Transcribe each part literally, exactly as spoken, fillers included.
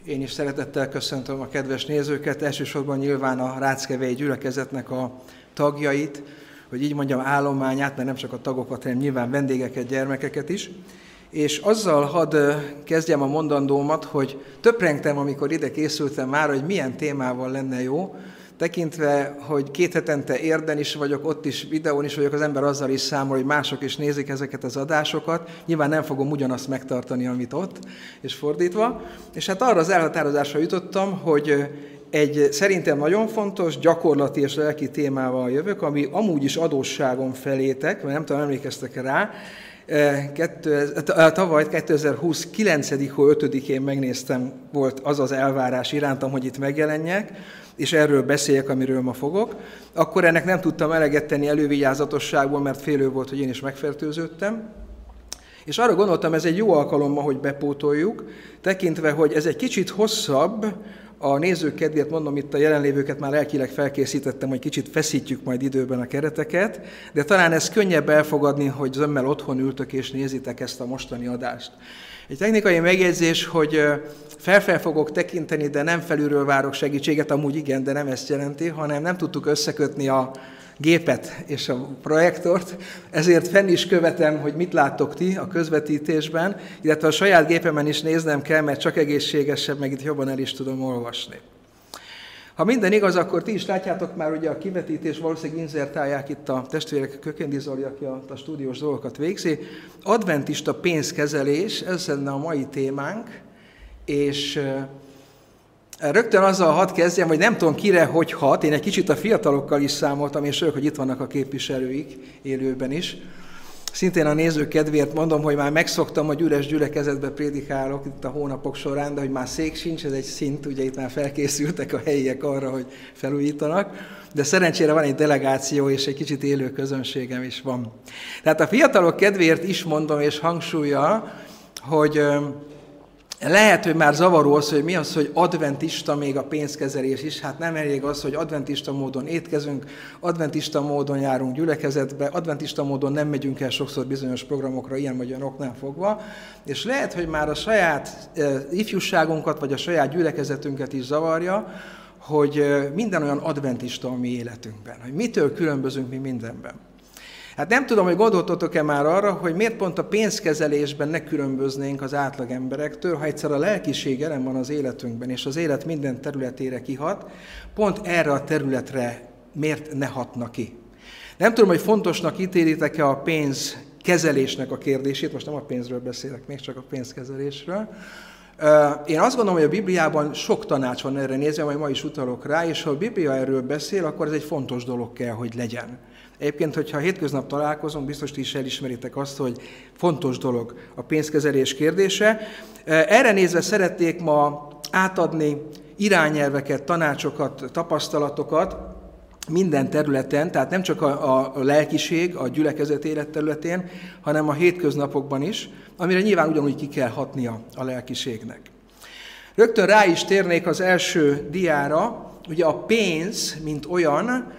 Én is szeretettel köszöntöm a kedves nézőket, elsősorban nyilván a Ráckevei gyülekezetnek a tagjait, hogy így mondjam állományát, mert nem csak a tagokat, hanem nyilván vendégeket, gyermekeket is. És azzal hadd kezdjem a mondandómat, hogy töprengtem, amikor ide készültem már, hogy milyen témával lenne jó, tekintve, hogy két hetente Érden is vagyok, ott is videón is vagyok, az ember azzal is számol, hogy mások is nézik ezeket az adásokat. Nyilván nem fogom ugyanazt megtartani, amit ott, és fordítva. És hát arra az elhatározásra jutottam, hogy egy szerintem nagyon fontos, gyakorlati és lelki témával jövök, ami amúgy is adósságom felétek, mert nem tudom, emlékeztek rá, tavaly kétezer-húsz kilencedik hó ötödikén megnéztem, volt az az elvárás irántam, hogy itt megjelenjek, és erről beszéljek, amiről ma fogok. Akkor ennek nem tudtam eleget tenni elővigyázatosságból, mert félő volt, hogy én is megfertőződtem. És arra gondoltam, ez egy jó alkalom ma, hogy bepótoljuk, tekintve, hogy ez egy kicsit hosszabb, a nézők kedvéért mondom, itt a jelenlévőket már lelkileg felkészítettem, hogy kicsit feszítjük majd időben a kereteket, de talán ez könnyebb elfogadni, hogy zömmel otthon ültök és nézitek ezt a mostani adást. Egy technikai megjegyzés, hogy felfel fogok tekinteni, de nem felülről várok segítséget, amúgy igen, de nem ezt jelenti, hanem nem tudtuk összekötni a gépet és a projektort, ezért fenn is követem, hogy mit láttok ti a közvetítésben, illetve a saját gépemen is néznem kell, mert csak egészségesebb, meg itt jobban el is tudom olvasni. Ha minden igaz, akkor ti is látjátok már ugye a kivetítés, valószínűleg inzertálják itt a testvérek Kökéndi Zoli, aki a, a stúdiós dolgokat végzi. Adventista pénzkezelés, ez lenne a mai témánk, és rögtön azzal hadd kezdjem, hogy nem tudom kire, hogy hat. Én egy kicsit a fiatalokkal is számoltam, és örülök, hogy itt vannak a képviselőik élőben is. Szintén a nézők kedvéért mondom, hogy már megszoktam, hogy üres gyülekezetbe prédikálok itt a hónapok során, de hogy már szék sincs, ez egy szint, ugye itt már felkészültek a helyiek arra, hogy felújítanak, de szerencsére van egy delegáció, és egy kicsit élő közönségem is van. Tehát a fiatalok kedvéért is mondom, és hangsúlya, hogy lehet, hogy már zavaró az, hogy mi az, hogy adventista még a pénzkezelés is. Hát nem elég az, hogy adventista módon étkezünk, adventista módon járunk gyülekezetbe, adventista módon nem megyünk el sokszor bizonyos programokra, ilyen vagy olyan oknál fogva. És lehet, hogy már a saját e, ifjúságunkat, vagy a saját gyülekezetünket is zavarja, hogy e, minden olyan adventista a mi életünkben, hogy mitől különbözünk mi mindenben. Hát nem tudom, hogy gondoltatok-e már arra, hogy miért pont a pénzkezelésben ne különböznénk az átlag emberektől, ha egyszer a lelkiség jelen van az életünkben, és az élet minden területére kihat, pont erre a területre miért ne hatna ki? Nem tudom, hogy fontosnak ítélitek-e a pénzkezelésnek a kérdését, most nem a pénzről beszélek, még csak a pénzkezelésről. Én azt gondolom, hogy a Bibliában sok tanács van erre nézve, majd ma is utalok rá, és ha a Biblia erről beszél, akkor ez egy fontos dolog kell, hogy legyen. Egyébként, hogyha hétköznap találkozunk, biztos ti is elismeritek azt, hogy fontos dolog a pénzkezelés kérdése. Erre nézve szeretnék ma átadni irányelveket, tanácsokat, tapasztalatokat minden területen, tehát nem csak a, a, a lelkiség, a gyülekezet élet területén, hanem a hétköznapokban is, amire nyilván ugyanúgy ki kell hatnia a lelkiségnek. Rögtön rá is térnék az első diára, ugye a pénz, mint olyan,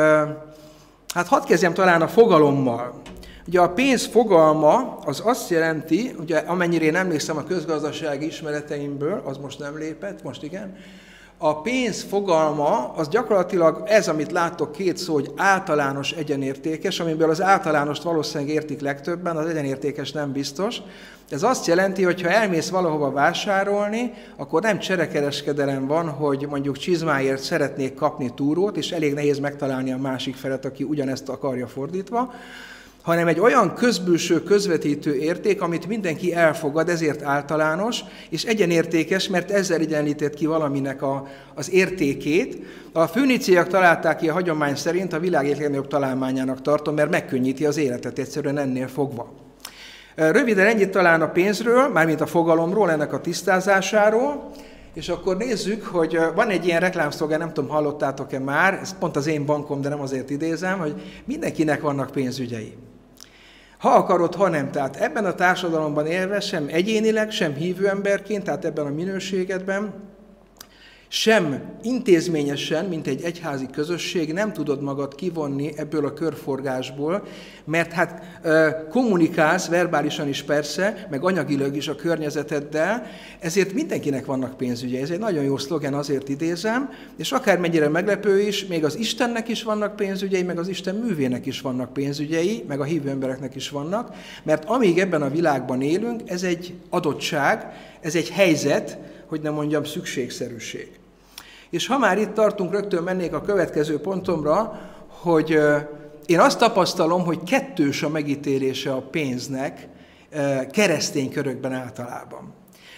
hát hadd kezdjem talán a fogalommal. Ugye a pénz fogalma az azt jelenti, ugye amennyire én emlékszem a közgazdasági ismereteimből, az most nem lépett, most igen, a pénz fogalma az gyakorlatilag ez, amit láttok, két szó, hogy általános egyenértékes, amiből az általánost valószínűleg értik legtöbben, az egyenértékes nem biztos. Ez azt jelenti, hogy ha elmész valahova vásárolni, akkor nem cserekereskedelem van, hogy mondjuk csizmáért szeretnék kapni túrót, és elég nehéz megtalálni a másik felet, aki ugyanezt akarja fordítva, hanem egy olyan közbülső, közvetítő érték, amit mindenki elfogad, ezért általános, és egyenértékes, mert ezzel egyenlített ki valaminek a, az értékét. A föníciaiak találták ki a hagyomány szerint, a világ egyik legnagyobb találmányának tartom, mert megkönnyíti az életet egyszerűen ennél fogva. Röviden ennyit talán a pénzről, mármint a fogalomról, ennek a tisztázásáról, és akkor nézzük, hogy van egy ilyen reklámszlogán, nem tudom, hallottátok-e már, ez pont az én bankom, de nem azért idézem, hogy mindenkinek vannak pénzügyei. Ha akarod, ha nem. Tehát ebben a társadalomban élve sem egyénileg, sem hívő emberként, tehát ebben a minőségedben, sem intézményesen, mint egy egyházi közösség nem tudod magad kivonni ebből a körforgásból, mert hát kommunikálsz verbálisan is persze, meg anyagilag is a környezeteddel, ezért mindenkinek vannak pénzügyei. Ez egy nagyon jó szlogen, azért idézem, és akármennyire meglepő is, még az Istennek is vannak pénzügyei, meg az Isten művének is vannak pénzügyei, meg a hívő embereknek is vannak, mert amíg ebben a világban élünk, ez egy adottság, ez egy helyzet, hogy nem mondjam szükségszerűség. És ha már itt tartunk, rögtön mennék a következő pontomra, hogy én azt tapasztalom, hogy kettős a megítélése a pénznek keresztény körökben általában.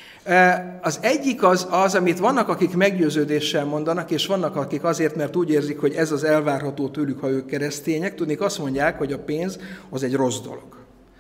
Az egyik az, az, amit vannak, akik meggyőződéssel mondanak, és vannak, akik azért, mert úgy érzik, hogy ez az elvárható tőlük, ha ők keresztények, tudnék azt mondják, hogy a pénz az egy rossz dolog.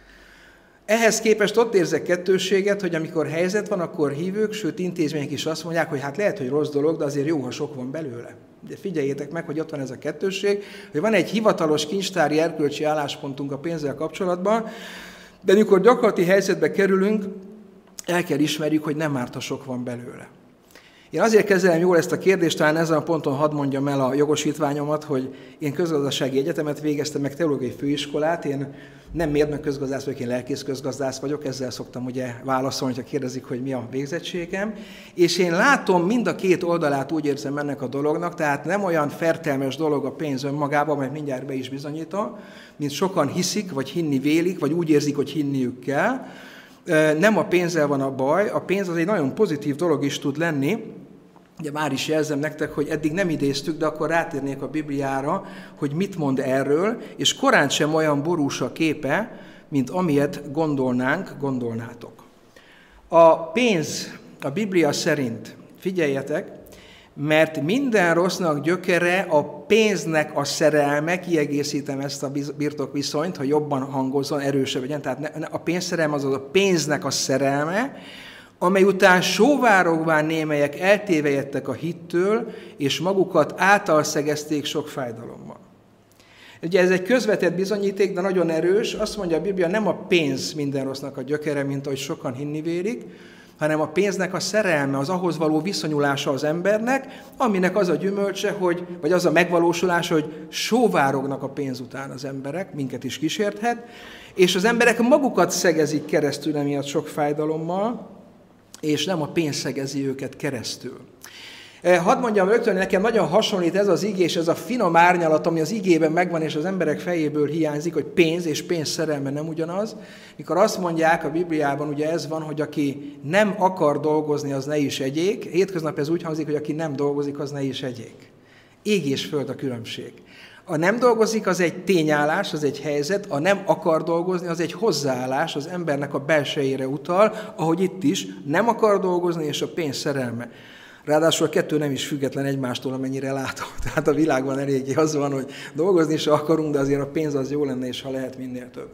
Ehhez képest ott érzek kettősséget, hogy amikor helyzet van, akkor hívők, sőt intézmények is azt mondják, hogy hát lehet, hogy rossz dolog, de azért jó, ha sok van belőle. De figyeljétek meg, hogy ott van ez a kettősség, hogy van egy hivatalos kincstári erkölcsi álláspontunk a pénzzel kapcsolatban, de amikor gyakorlati helyzetbe kerülünk, el kell ismerjük, hogy nem árt, ha sok van belőle. Én azért kezelem jól ezt a kérdést, talán ezen a ponton hadd mondjam el a jogosítványomat, hogy én közgazdasági egyetemet végeztem, meg teológiai főiskolát, én nem mérnök közgazdász vagyok, én lelkész közgazdász vagyok, ezzel szoktam ugye válaszolni, ha kérdezik, hogy mi a végzettségem, és én látom mind a két oldalát, úgy érzem ennek a dolognak, tehát nem olyan fertelmes dolog a pénz önmagában, mert mindjárt be is bizonyítom, mint sokan hiszik, vagy hinni vélik, vagy úgy érzik, hogy hinniük kell. Nem a pénzzel van a baj, a pénz az egy nagyon pozitív dolog is tud lenni. Ugye már is jelzem nektek, hogy eddig nem idéztük, de akkor rátérnék a Bibliára, hogy mit mond erről, és korán sem olyan borús a képe, mint amilyet gondolnánk, gondolnátok. A pénz a Biblia szerint, figyeljetek, mert minden rossznak gyökere a pénznek a szerelme, kiegészítem ezt a birtokviszonyt, ha jobban hangozzon, erősebb legyen, tehát a pénzszerelme az a pénznek a szerelme, amely után sóvárogvá némelyek eltévejedtek a hittől, és magukat általszegezték sok fájdalommal. Ugye ez egy közvetett bizonyíték, de nagyon erős. Azt mondja a Biblia, nem a pénz minden rossznak a gyökere, mint ahogy sokan hinni vélik, hanem a pénznek a szerelme, az ahhoz való viszonyulása az embernek, aminek az a gyümölcse, hogy, vagy az a megvalósulása, hogy sóvárognak a pénz után az emberek, minket is kísérthet, és az emberek magukat szegezik keresztül emiatt sok fájdalommal, és nem a pénz szegezi őket keresztül. Hadd mondjam rögtön, nekem nagyon hasonlít ez az ige, és ez a finom árnyalat, ami az igében megvan, és az emberek fejéből hiányzik, hogy pénz és pénz szerelme nem ugyanaz. Mikor azt mondják a Bibliában, ugye ez van, hogy aki nem akar dolgozni, az ne is egyék. Hétköznap ez úgy hangzik, hogy aki nem dolgozik, az ne is egyék. Ég és föld a különbség. A nem dolgozik, az egy tényállás, az egy helyzet, a nem akar dolgozni, az egy hozzáállás, az embernek a belsejére utal, ahogy itt is, nem akar dolgozni, és a pénz szerelme. Ráadásul a kettő nem is független egymástól, amennyire látom. Tehát a világban eléggé az van, hogy dolgozni se akarunk, de azért a pénz az jó lenne, és ha lehet minél több.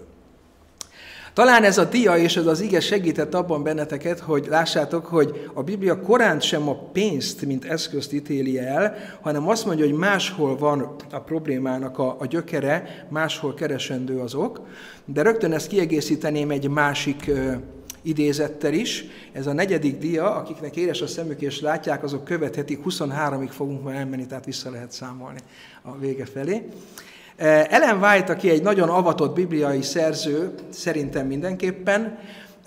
Talán ez a dia és ez az ige segített abban benneteket, hogy lássátok, hogy a Biblia korán sem a pénzt, mint eszközt ítéli el, hanem azt mondja, hogy máshol van a problémának a, a gyökere, máshol keresendő az ok. De rögtön ezt kiegészíteném egy másik ö, idézettel is. Ez a negyedik dia, akiknek éles a szemük és látják, azok követhetik, huszonháromig fogunk már elmenni, tehát vissza lehet számolni a vége felé. Ellen White, aki egy nagyon avatott bibliai szerző, szerintem mindenképpen,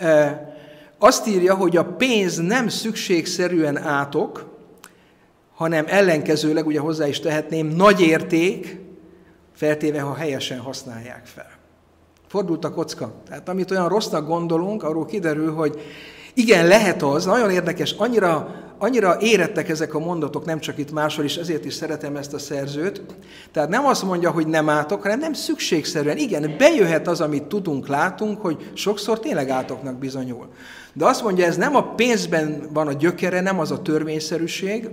azt írja, hogy a pénz nem szükségszerűen átok, hanem ellenkezőleg, ugye hozzá is tehetném, nagy érték, feltéve, ha helyesen használják fel. Fordult a kocka. Tehát amit olyan rossznak gondolunk, arról kiderül, hogy igen, lehet az, nagyon érdekes, annyira, annyira érettek ezek a mondatok, nem csak itt máshol is, ezért is szeretem ezt a szerzőt. Tehát nem azt mondja, hogy nem átok, hanem nem szükségszerűen. Igen, bejöhet az, amit tudunk, látunk, hogy sokszor tényleg átoknak bizonyul. De azt mondja, ez nem a pénzben van a gyökere, nem az a törvényszerűség,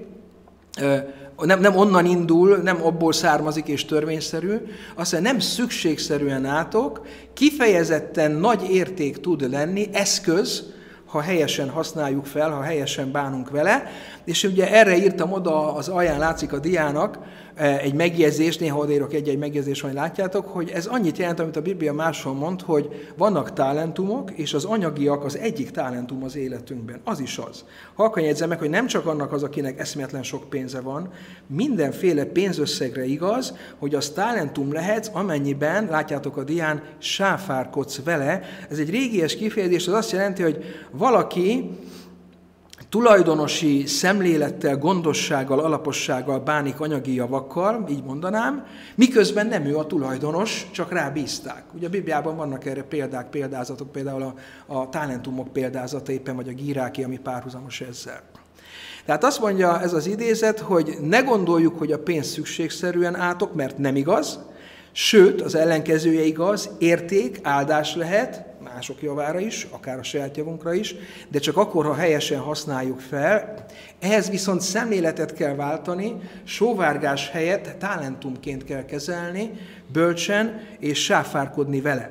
nem, nem onnan indul, nem abból származik és törvényszerű, azt mondja, nem szükségszerűen átok, kifejezetten nagy érték tud lenni, eszköz, ha helyesen használjuk fel, ha helyesen bánunk vele. És ugye erre írtam oda, az alján látszik a diának, egy megjegyzés, néha odaírok egy-egy megjegyzés, hogy látjátok, hogy ez annyit jelent, amit a Biblia máshol mond, hogy vannak talentumok, és az anyagiak az egyik talentum az életünkben. Az is az. Halkan jegyzem meg, hogy nem csak annak az, akinek eszméletlen sok pénze van, mindenféle pénzösszegre igaz, hogy az talentum lehet, amennyiben, látjátok a dián, sáfárkodsz vele. Ez egy régies kifejezés, az azt jelenti, hogy valaki tulajdonosi szemlélettel, gondossággal, alapossággal bánik anyagi javakkal, így mondanám, miközben nem ő a tulajdonos, csak rábízták. Ugye a Bibliában vannak erre példák, példázatok, például a, a talentumok példázata éppen, vagy a gíráké, ami párhuzamos ezzel. Tehát azt mondja ez az idézet, hogy ne gondoljuk, hogy a pénz szükségszerűen átok, mert nem igaz, sőt, az ellenkezője igaz, érték, áldás lehet, mások javára is, akár a saját javunkra is, de csak akkor, ha helyesen használjuk fel. Ehhez viszont szemléletet kell váltani, sóvárgás helyett talentumként kell kezelni, bölcsen és sáfárkodni vele.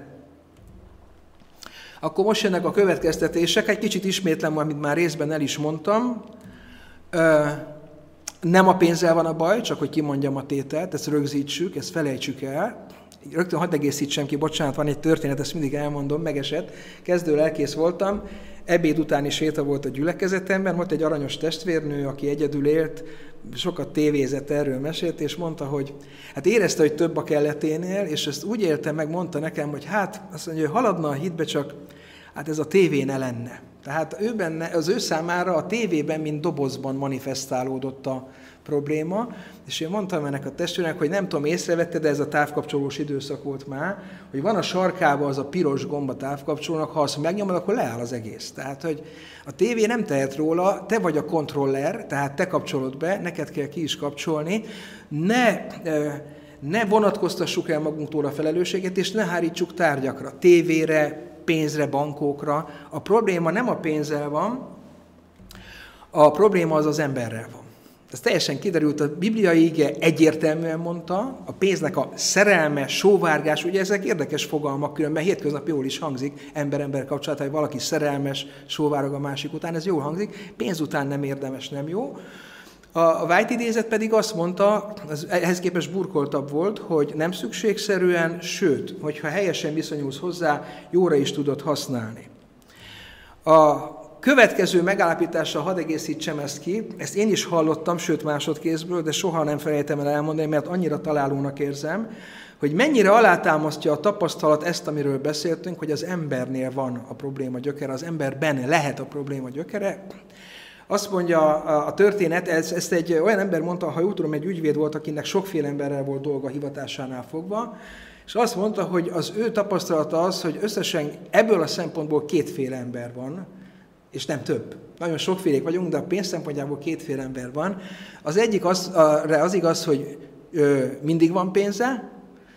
Akkor most jönnek a következtetések, egy kicsit ismétlem, amit már részben el is mondtam. Nem a pénzzel van a baj, csak hogy kimondjam a tételt, ezt rögzítsük, ezt felejtsük el. Rögtön hadd egészítsem ki, bocsánat, van egy történet, ezt mindig elmondom, megesett. Kezdő lelkész voltam, ebéd utáni séta volt a gyülekezetemben, volt egy aranyos testvérnő, aki egyedül élt, sokat tévézett, erről mesélt, és mondta, hogy hát érezte, hogy több a kelleténél, és ezt úgy élte meg, mondta nekem, hogy hát azt mondja, hogy haladna a hitbe, csak hát ez a tévé ne lenne. Tehát ő benne, az ő számára a tévében, mint dobozban manifestálódott a probléma, és én mondtam ennek a testvérnek, hogy nem tudom, észrevette, de ez a távkapcsolós időszak volt már, hogy van a sarkában az a piros gomb a távkapcsolónak, ha azt megnyomod, akkor leáll az egész. Tehát, hogy a tévé nem tehet róla, te vagy a kontroller, tehát te kapcsolod be, neked kell ki is kapcsolni, ne, ne vonatkoztassuk el magunktól a felelősséget, és ne hárítsuk tárgyakra, tévére, pénzre, bankokra. A probléma nem a pénzzel van, a probléma az az emberrel van. Ez teljesen kiderült, a bibliai ige egyértelműen mondta, a pénznek a szerelme, sóvárgás, ugye ezek érdekes fogalmak, különben hétköznap jól is hangzik, ember-ember kapcsolat, hogy valaki szerelmes, sóvárog a másik után, ez jól hangzik, pénz után nem érdemes, nem jó. A White idézet pedig azt mondta, az ehhez képest burkoltabb volt, hogy nem szükségszerűen, sőt, hogyha helyesen viszonyulsz hozzá, jóra is tudod használni. A következő megállapítással hadd egészítsem ezt ki, ezt én is hallottam, sőt másodkézből, de soha nem felejtem el elmondani, mert annyira találónak érzem, hogy mennyire alátámasztja a tapasztalat ezt, amiről beszéltünk, hogy az embernél van a probléma gyökere, az emberben lehet a probléma gyökere. Azt mondja a történet, ez, ezt egy olyan ember mondta, ha úgy tudom, egy ügyvéd volt, akinek sokféle emberrel volt dolga hivatásánál fogva, és azt mondta, hogy az ő tapasztalata az, hogy összesen ebből a szempontból kétféle ember van, és nem több. Nagyon sokfélék vagyunk, de a pénz szempontjából kétféle ember van. Az egyik az, az igaz, hogy ö, mindig van pénze,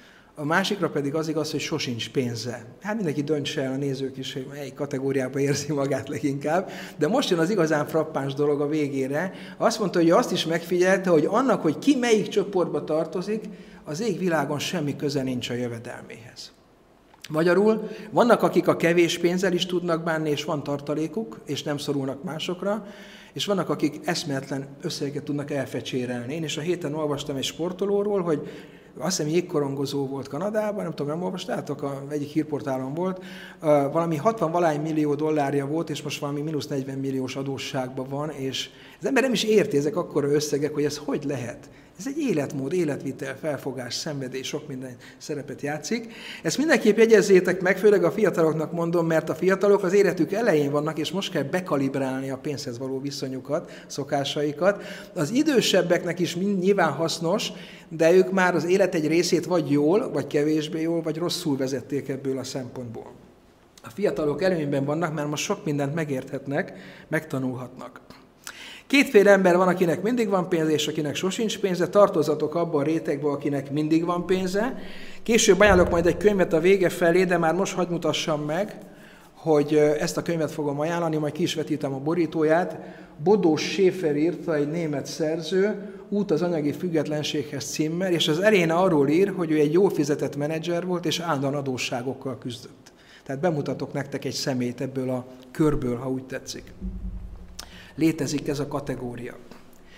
a másikra pedig az igaz, hogy sosincs pénze. Hát mindenki döntse el, a nézők is, hogy melyik kategóriába érzi magát leginkább. De most jön az igazán frappáns dolog a végére. Azt mondta, hogy azt is megfigyelte, hogy annak, hogy ki melyik csoportba tartozik, az égvilágon semmi köze nincs a jövedelméhez. Magyarul vannak, akik a kevés pénzzel is tudnak bánni, és van tartalékuk, és nem szorulnak másokra, és vannak, akik eszméletlen összeget tudnak elfecsérelni. Én is a héten olvastam egy sportolóról, hogy azt hiszem jégkorongozó volt Kanadában, nem tudom, nem olvastátok, a, egyik hírportálon volt, uh, valami hatvan-valány millió dollárja volt, és most valami mínusz negyven milliós adósságban van, és az ember nem is érti, ezek akkora összegek, hogy ez hogy lehet. Ez egy életmód, életvitel, felfogás, szenvedély, sok minden szerepet játszik. Ezt mindenképp jegyezzétek meg, főleg a fiataloknak mondom, mert a fiatalok az életük elején vannak, és most kell bekalibrálni a pénzhez való viszonyukat, szokásaikat. Az idősebbeknek is mind nyilván hasznos, de ők már az élet egy részét vagy jól, vagy kevésbé jól, vagy rosszul vezették ebből a szempontból. A fiatalok előnyben vannak, mert most sok mindent megérthetnek, megtanulhatnak. Kétféle ember van, akinek mindig van pénze, és akinek sosincs pénze. Tartozatok abba a rétegbe, akinek mindig van pénze. Később ajánlok majd egy könyvet a vége felé, de már most hadd mutassam meg, hogy ezt a könyvet fogom ajánlani, majd ki is vetítem a borítóját. Bodo Schäfer írta, egy német szerző, Út az anyagi függetlenséghez címmel, és az elején arról ír, hogy ő egy jól fizetett menedzser volt, és állandóan adósságokkal küzdött. Tehát bemutatok nektek egy személyt ebből a körből, ha úgy tetszik. Létezik ez a kategória.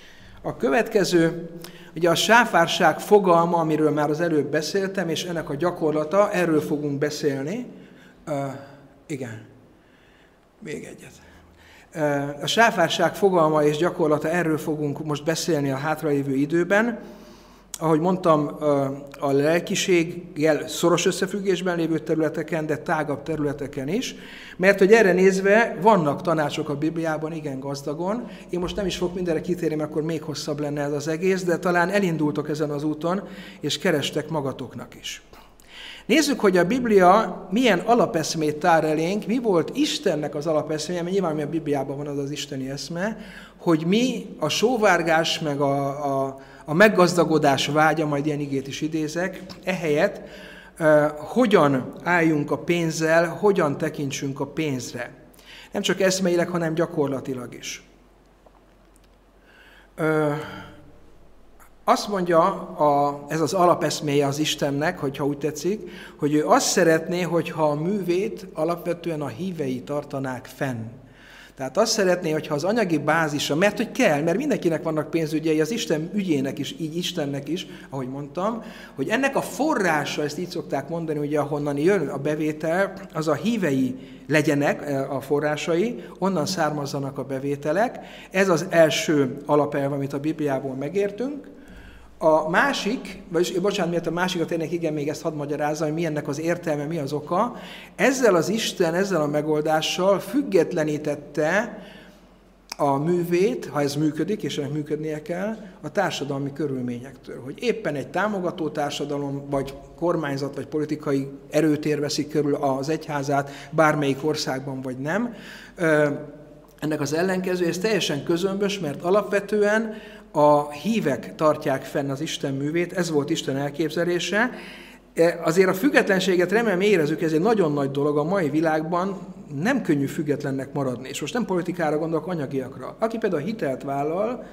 A következő, ugye a sáfárság fogalma, amiről már az előbb beszéltem, és ennek a gyakorlata, erről fogunk beszélni. Uh, igen, még egyet. Uh, a sáfárság fogalma és gyakorlata, erről fogunk most beszélni a hátralévő időben. Ahogy mondtam, a lelkiséggel szoros összefüggésben lévő területeken, de tágabb területeken is, mert hogy erre nézve vannak tanácsok a Bibliában igen gazdagon. Én most nem is fogok mindenre kitérni, mert akkor még hosszabb lenne ez az egész, de talán elindultok ezen az úton, és kerestek magatoknak is. Nézzük, hogy a Biblia milyen alapeszmét tár elénk, mi volt Istennek az alapeszméje, mert nyilván mi a Bibliában van az az isteni eszme, hogy mi a sóvárgás meg a, a, a meggazdagodás vágya, majd ilyen igét is idézek, ehelyett uh, hogyan álljunk a pénzzel, hogyan tekintsünk a pénzre. Nem csak eszmeileg, hanem gyakorlatilag is. Uh, Azt mondja, a, ez az alapeszméje az Istennek, hogyha úgy tetszik, hogy ő azt szeretné, hogyha a művét alapvetően a hívei tartanák fenn. Tehát azt szeretné, hogyha az anyagi bázisa, mert hogy kell, mert mindenkinek vannak pénzügyei, az Isten ügyének is, így Istennek is, ahogy mondtam, hogy ennek a forrása, ezt így szokták mondani, ugye ahonnan jön a bevétel, az a hívei legyenek a forrásai, onnan származzanak a bevételek. Ez az első alapelv, amit a Bibliából megértünk. A másik, vagyis bocsánat, miért a másikat tényleg, igen, még ezt hadd magyarázzam, hogy mi ennek az értelme, mi az oka. Ezzel az Isten, ezzel a megoldással függetlenítette a művét, ha ez működik, és ennek működnie kell, a társadalmi körülményektől. Hogy éppen egy támogató társadalom, vagy kormányzat, vagy politikai erőtér veszik körül az egyházát, bármelyik országban, vagy nem. Ennek az ellenkező, ez teljesen közömbös, mert alapvetően a hívek tartják fenn az Isten művét, ez volt Isten elképzelése. Azért a függetlenséget remélem érezzük, ez egy nagyon nagy dolog a mai világban, nem könnyű függetlennek maradni. És most nem politikára gondolok, anyagiakra. Aki például hitelt vállal,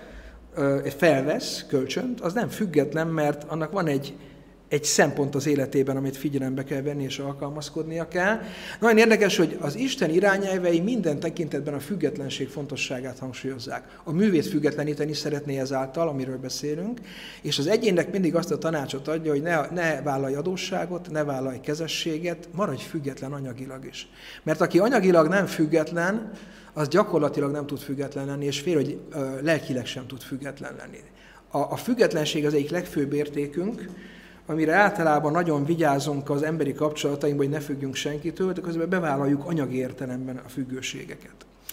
felvesz kölcsönt, az nem független, mert annak van egy, egy szempont az életében, amit figyelembe kell venni és alkalmazkodnia kell. Nagyon érdekes, hogy az Isten irányelvei minden tekintetben a függetlenség fontosságát hangsúlyozzák. A művét függetleníteni szeretné ezáltal, amiről beszélünk, és az egyénnek mindig azt a tanácsot adja, hogy ne, ne vállalj adósságot, ne vállalj kezességet, maradj független anyagilag is. Mert aki anyagilag nem független, az gyakorlatilag nem tud független lenni, és fél, hogy ö, lelkileg sem tud független lenni. A, a függetlenség az egyik legfőbb értékünk, amire általában nagyon vigyázunk az emberi kapcsolatainkban, hogy ne függjünk senkitől, de közben bevállaljuk anyagi értelemben a függőségeket.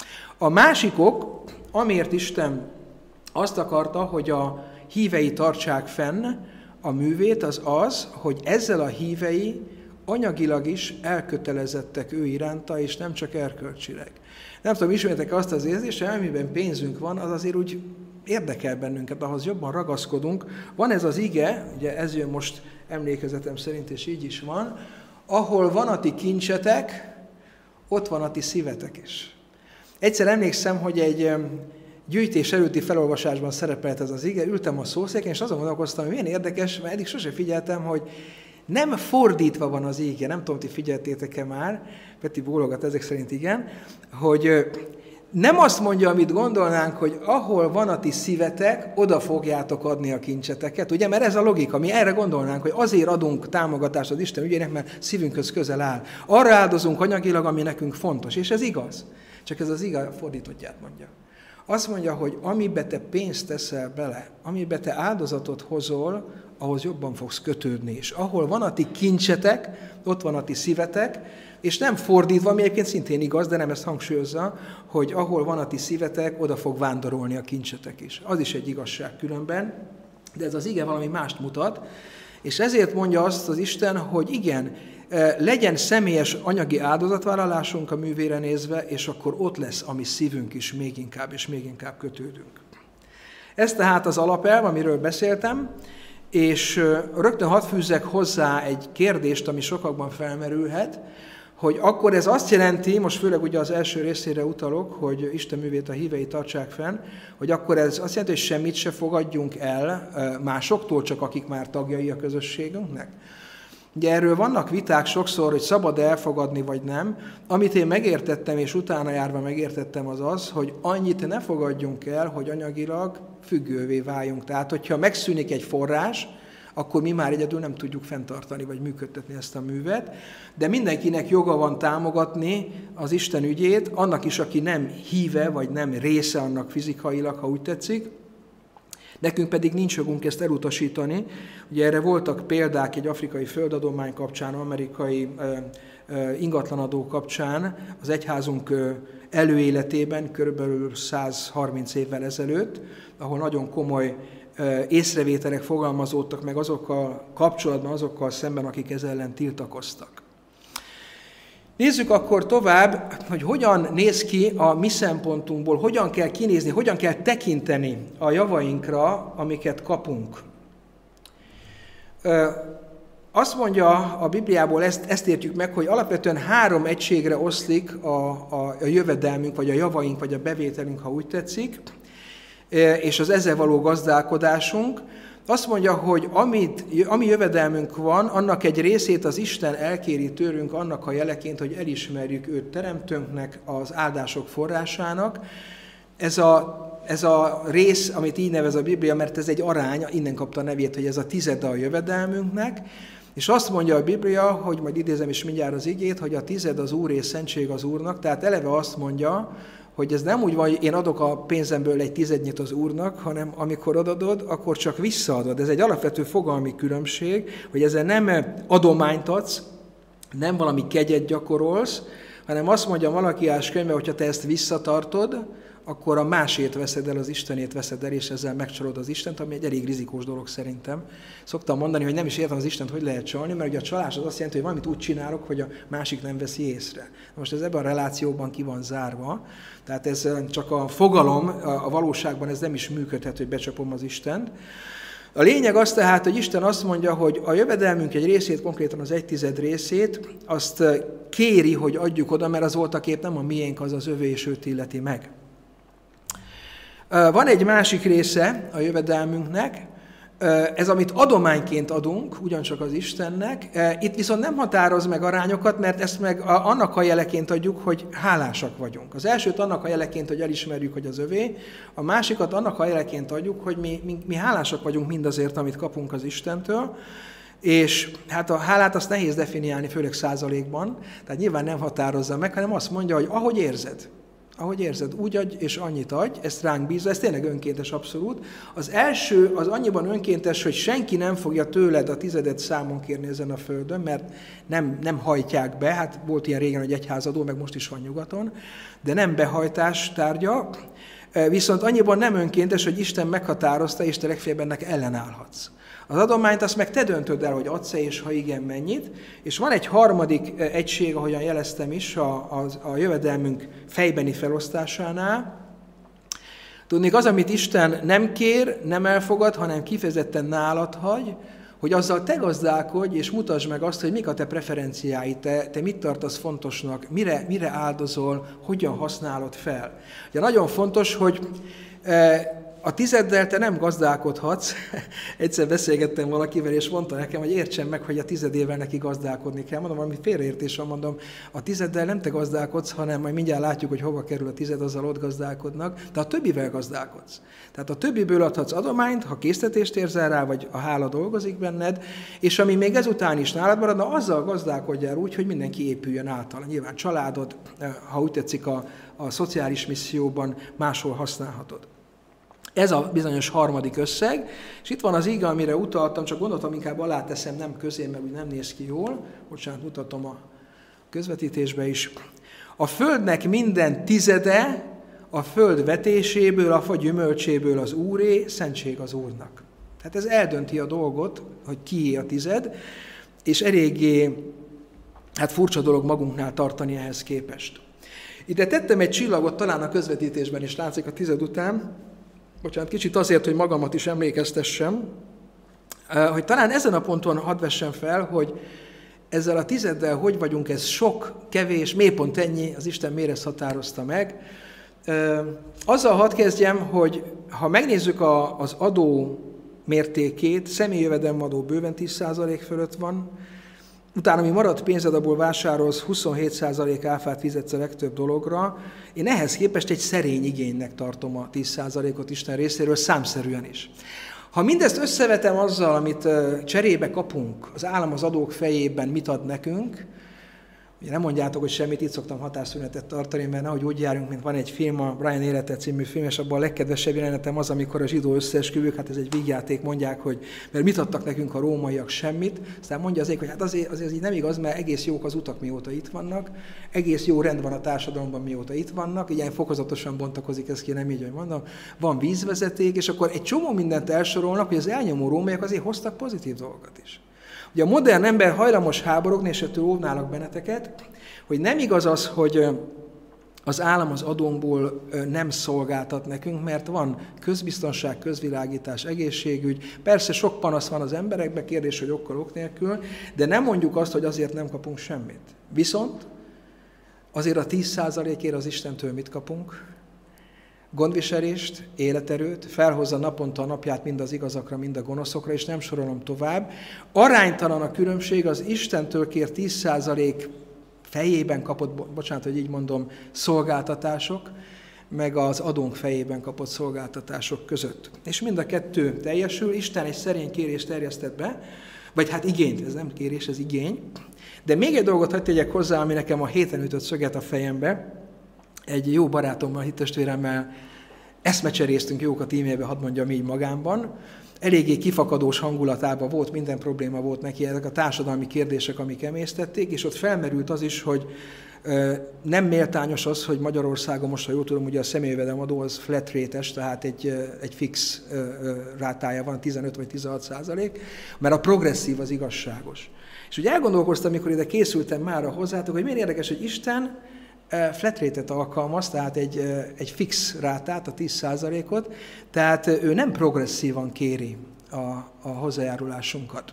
A másik ok, amiért Isten azt akarta, hogy a hívei tartsák fenn a művét, az az, hogy ezzel a hívei anyagilag is elkötelezettek ő iránta, és nem csak erkölcsileg. Nem tudom, ismertek azt az érzést, hogy amiben pénzünk van, az azért úgy érdekel bennünket, ahhoz jobban ragaszkodunk. Van ez az ige, ugye ez jön most emlékezetem szerint, és így is van, ahol van a ti kincsetek, ott van a ti szívetek is. Egyszer emlékszem, hogy egy gyűjtés előtti felolvasásban szerepelt ez az ige, ültem a szószéken, és azon gondolkoztam, hogy milyen érdekes, mert eddig sose figyeltem, hogy nem fordítva van az ige, nem tudom, ti figyeltétek-e már, Peti bólogat, ezek szerint igen, hogy nem azt mondja, amit gondolnánk, hogy ahol van a ti szívetek, oda fogjátok adni a kincseteket, ugye, mert ez a logika, mi erre gondolnánk, hogy azért adunk támogatást az Isten ügyének, mert szívünkhöz közel áll. Arra áldozunk anyagilag, ami nekünk fontos, és ez igaz. Csak ez az igaz fordítottját mondja. Azt mondja, hogy amibe te pénzt teszel bele, amibe te áldozatot hozol, ahhoz jobban fogsz kötődni. És ahol van a ti kincsetek, ott van a ti szívetek, és nem fordítva, ami egyébként szintén igaz, de nem ezt hangsúlyozza, hogy ahol van a ti szívetek, oda fog vándorolni a kincsetek is. Az is egy igazság különben, de ez az ige valami mást mutat, és ezért mondja azt az Isten, hogy igen, legyen személyes anyagi áldozatvállalásunk a művére nézve, és akkor ott lesz a mi szívünk is még inkább, és még inkább kötődünk. Ez tehát az alapelv, amiről beszéltem, és rögtön hadd fűzzek hozzá egy kérdést, ami sokakban felmerülhet, hogy akkor ez azt jelenti, most főleg ugye az első részére utalok, hogy Isten művét a hívei tartsák fenn, hogy akkor ez azt jelenti, hogy semmit se fogadjunk el másoktól, csak akik már tagjai a közösségünknek. Ugye erről vannak viták sokszor, hogy szabad elfogadni, vagy nem. Amit én megértettem, és utána járva megértettem, az az, hogy annyit ne fogadjunk el, hogy anyagilag függővé váljunk. Tehát, hogyha megszűnik egy forrás, akkor mi már egyedül nem tudjuk fenntartani, vagy működtetni ezt a művet. De mindenkinek joga van támogatni az Isten ügyét, annak is, aki nem híve, vagy nem része annak fizikailag, ha úgy tetszik. Nekünk pedig nincs jogunk ezt elutasítani. Ugye erre voltak példák egy afrikai földadomány kapcsán, amerikai ö, ö, ingatlanadó kapcsán, az egyházunk ö, előéletében, körülbelül száz harminc évvel ezelőtt, ahol nagyon komoly ö, észrevételek fogalmazódtak meg azokkal kapcsolatban, azokkal szemben, akik ez ellen tiltakoztak. Nézzük akkor tovább, hogy hogyan néz ki a mi szempontunkból, hogyan kell kinézni, hogyan kell tekinteni a javainkra, amiket kapunk. Azt mondja a Bibliából, ezt, ezt értjük meg, hogy alapvetően három egységre oszlik a, a, a jövedelmünk, vagy a javaink, vagy a bevételünk, ha úgy tetszik, és az ezzel való gazdálkodásunk. Azt mondja, hogy amit, ami jövedelmünk van, annak egy részét az Isten elkéri tőlünk annak a jeleként, hogy elismerjük őt teremtőnknek, az áldások forrásának. Ez a, ez a rész, amit így nevez a Biblia, mert ez egy arány, innen kapta a nevét, hogy ez a tizede a jövedelmünknek, és azt mondja a Biblia, hogy majd idézem is mindjárt az igét, hogy a tized az Úr és szentség az Úrnak, tehát eleve azt mondja, hogy ez nem úgy van, hogy én adok a pénzemből egy tizednyit az Úrnak, hanem amikor odadod, akkor csak visszaadod. Ez egy alapvető fogalmi különbség, hogy ezzel nem adományt adsz, nem valami kegyet gyakorolsz, hanem azt mondja Malakiás könyve, hogyha te ezt visszatartod, akkor a másét veszed el, az Istenét veszed el, és ezzel megcsalod az Istent, ami egy elég rizikós dolog szerintem. Szoktam mondani, hogy nem is értem az Istent, hogy lehet csalni, mert ugye a csalás az azt jelenti, hogy valamit úgy csinálok, hogy a másik nem veszi észre. Most ez ebben a relációban ki van zárva, tehát ez csak a fogalom, a valóságban ez nem is működhet, hogy becsapom az Istent. A lényeg az tehát, hogy Isten azt mondja, hogy a jövedelmünk egy részét, konkrétan az egy tized részét, azt kéri, hogy adjuk oda, mert az voltaképp nem a miénk, az az övé, és őt illeti meg. Van egy másik része a jövedelmünknek, ez, amit adományként adunk, ugyancsak az Istennek, itt viszont nem határoz meg arányokat, mert ezt meg annak a jeleként adjuk, hogy hálásak vagyunk. Az elsőt annak a jeleként, hogy elismerjük, hogy az övé, a másikat annak a jeleként adjuk, hogy mi, mi, mi hálásak vagyunk mindazért, amit kapunk az Istentől, és hát a hálát azt nehéz definiálni, főleg százalékban, tehát nyilván nem határozza meg, hanem azt mondja, hogy ahogy érzed. Ahogy érzed, úgy adj, és annyit adj, ezt ránk bízza, ez tényleg önkéntes abszolút. Az első az annyiban önkéntes, hogy senki nem fogja tőled a tizedet számon kérni ezen a földön, mert nem, nem hajtják be, hát volt ilyen régen, hogy egyházadó, meg most is van nyugaton, de nem behajtás tárgya, viszont annyiban nem önkéntes, hogy Isten meghatározta, és te legfeljebb ennek ellenállhatsz. Az adományt azt meg te döntöd el, hogy adsz-e, és ha igen, mennyit. És van egy harmadik egység, ahogyan jeleztem is, a, a, a jövedelmünk fejbeni felosztásánál. Tudnék, az, amit Isten nem kér, nem elfogad, hanem kifejezetten nálad hagy, hogy azzal te gazdálkodj, és mutasd meg azt, hogy mik a te preferenciáid, te, te mit tartasz fontosnak, mire, mire áldozol, hogyan használod fel. Ugye nagyon fontos, hogy e, a tizeddel te nem gazdálkodhatsz. Egyszer beszélgettem valakivel, és mondta nekem, hogy értsem meg, hogy a tizedével neki gazdálkodni kell. Mondom, valami félreértés van, mondom, a tizeddel nem te gazdálkodsz, hanem majd mindjárt látjuk, hogy hova kerül a tized, azzal ott gazdálkodnak, de a többivel gazdálkodsz. Tehát a többiből adhatsz adományt, ha késztetést érzel rá, vagy a hála dolgozik benned, és ami még ezután is nálad maradna, azzal gazdálkodjál úgy, hogy mindenki épüljön által. Nyilván családod, ha úgy tetszik, a, a szociális misszióban máshol használhatod. Ez a bizonyos harmadik összeg, és itt van az ige, amire utaltam, csak gondoltam, inkább aláteszem, nem közé, mert úgy nem néz ki jól. Bocsánat, mutatom a közvetítésbe is. A földnek minden tizede, a föld vetéséből, a fa gyümölcséből az Úré, szentség az Úrnak. Tehát ez eldönti a dolgot, hogy kié a tized, és eléggé hát furcsa dolog magunknál tartani ehhez képest. Ide tettem egy csillagot, talán a közvetítésben is látszik a tized után, bocsánat, kicsit azért, hogy magamat is emlékeztessem, hogy talán ezen a ponton hadd vessem fel, hogy ezzel a tizeddel hogy vagyunk, ez sok, kevés, mélypont ennyi, az Isten miért ezt határozta meg. Azzal hadd kezdjem, hogy ha megnézzük a, az adó mértékét, személyi jövedelemadó bőven tíz százalék fölött van, utána, ami maradt pénzed, abból vásárolsz, huszonhét százalék áfát fizetsz a legtöbb dologra. Én ehhez képest egy szerény igénynek tartom a tíz százalékot Isten részéről, számszerűen is. Ha mindezt összevetem azzal, amit cserébe kapunk, az állam az adók fejében mit ad nekünk, ugye nem mondjátok, hogy semmit, itt szoktam hatásszünetet tartani, mert nehogy úgy járunk, mint van egy film, a Brian Élete című film, és abban a legkedvesebb jelenetem az, amikor a zsidó összeesküvők, hát ez egy vígjáték, mondják, hogy mert mit adtak nekünk a rómaiak, semmit, aztán mondja azért, hogy hát azért, azért így nem igaz, mert egész jók az utak, mióta itt vannak, egész jó rend van a társadalomban, mióta itt vannak, ilyen fokozatosan bontakozik ez ki, nem így, hogy mondom, van vízvezeték, és akkor egy csomó mindent elsorolnak, hogy az elnyomó rómaiak azért hoztak pozitív dolgokat is. Ugye a modern ember hajlamos háborogni, és ettől óvnálak benneteket, hogy nem igaz az, hogy az állam az adónkból nem szolgáltat nekünk, mert van közbiztonság, közvilágítás, egészségügy. Persze sok panasz van az emberekben, kérdés, hogy okkal ok nélkül, de nem mondjuk azt, hogy azért nem kapunk semmit. Viszont azért a tíz százalékért az Istentől mit kapunk? Gondviselést, életerőt, felhozza naponta a napját mind az igazakra, mind a gonoszokra, és nem sorolom tovább. Aránytalan a különbség az Istentől kért tíz százalék fejében kapott, bocsánat, hogy így mondom, szolgáltatások, meg az adónk fejében kapott szolgáltatások között. És mind a kettő teljesül, Isten egy szerény kérést terjesztett be, vagy hát igényt, ez nem kérés, ez igény. De még egy dolgot hadd tegyek hozzá, ami nekem a héten ütött szöget a fejembe. Egy jó barátommal, hittestvéremmel eszmecseréztünk jókat e-mailbe, hadd mondjam így magámban. Eléggé kifakadós hangulatában volt, minden probléma volt neki, ezek a társadalmi kérdések, amik emésztették, és ott felmerült az is, hogy nem méltányos az, hogy Magyarországon most, ha jól tudom, ugye a személyjövedelemadó az flat rate-es, tehát egy, egy fix rátája van, tizenöt vagy tizenhat százalék, mert a progresszív az igazságos. És ugye elgondolkoztam, amikor ide készültem mára hozzátok, hogy milyen érdekes, hogy Isten flat rate-et alkalmaz, tehát egy, egy fix rátát, a tíz százalékot, tehát ő nem progresszívan kéri a, a hozzájárulásunkat.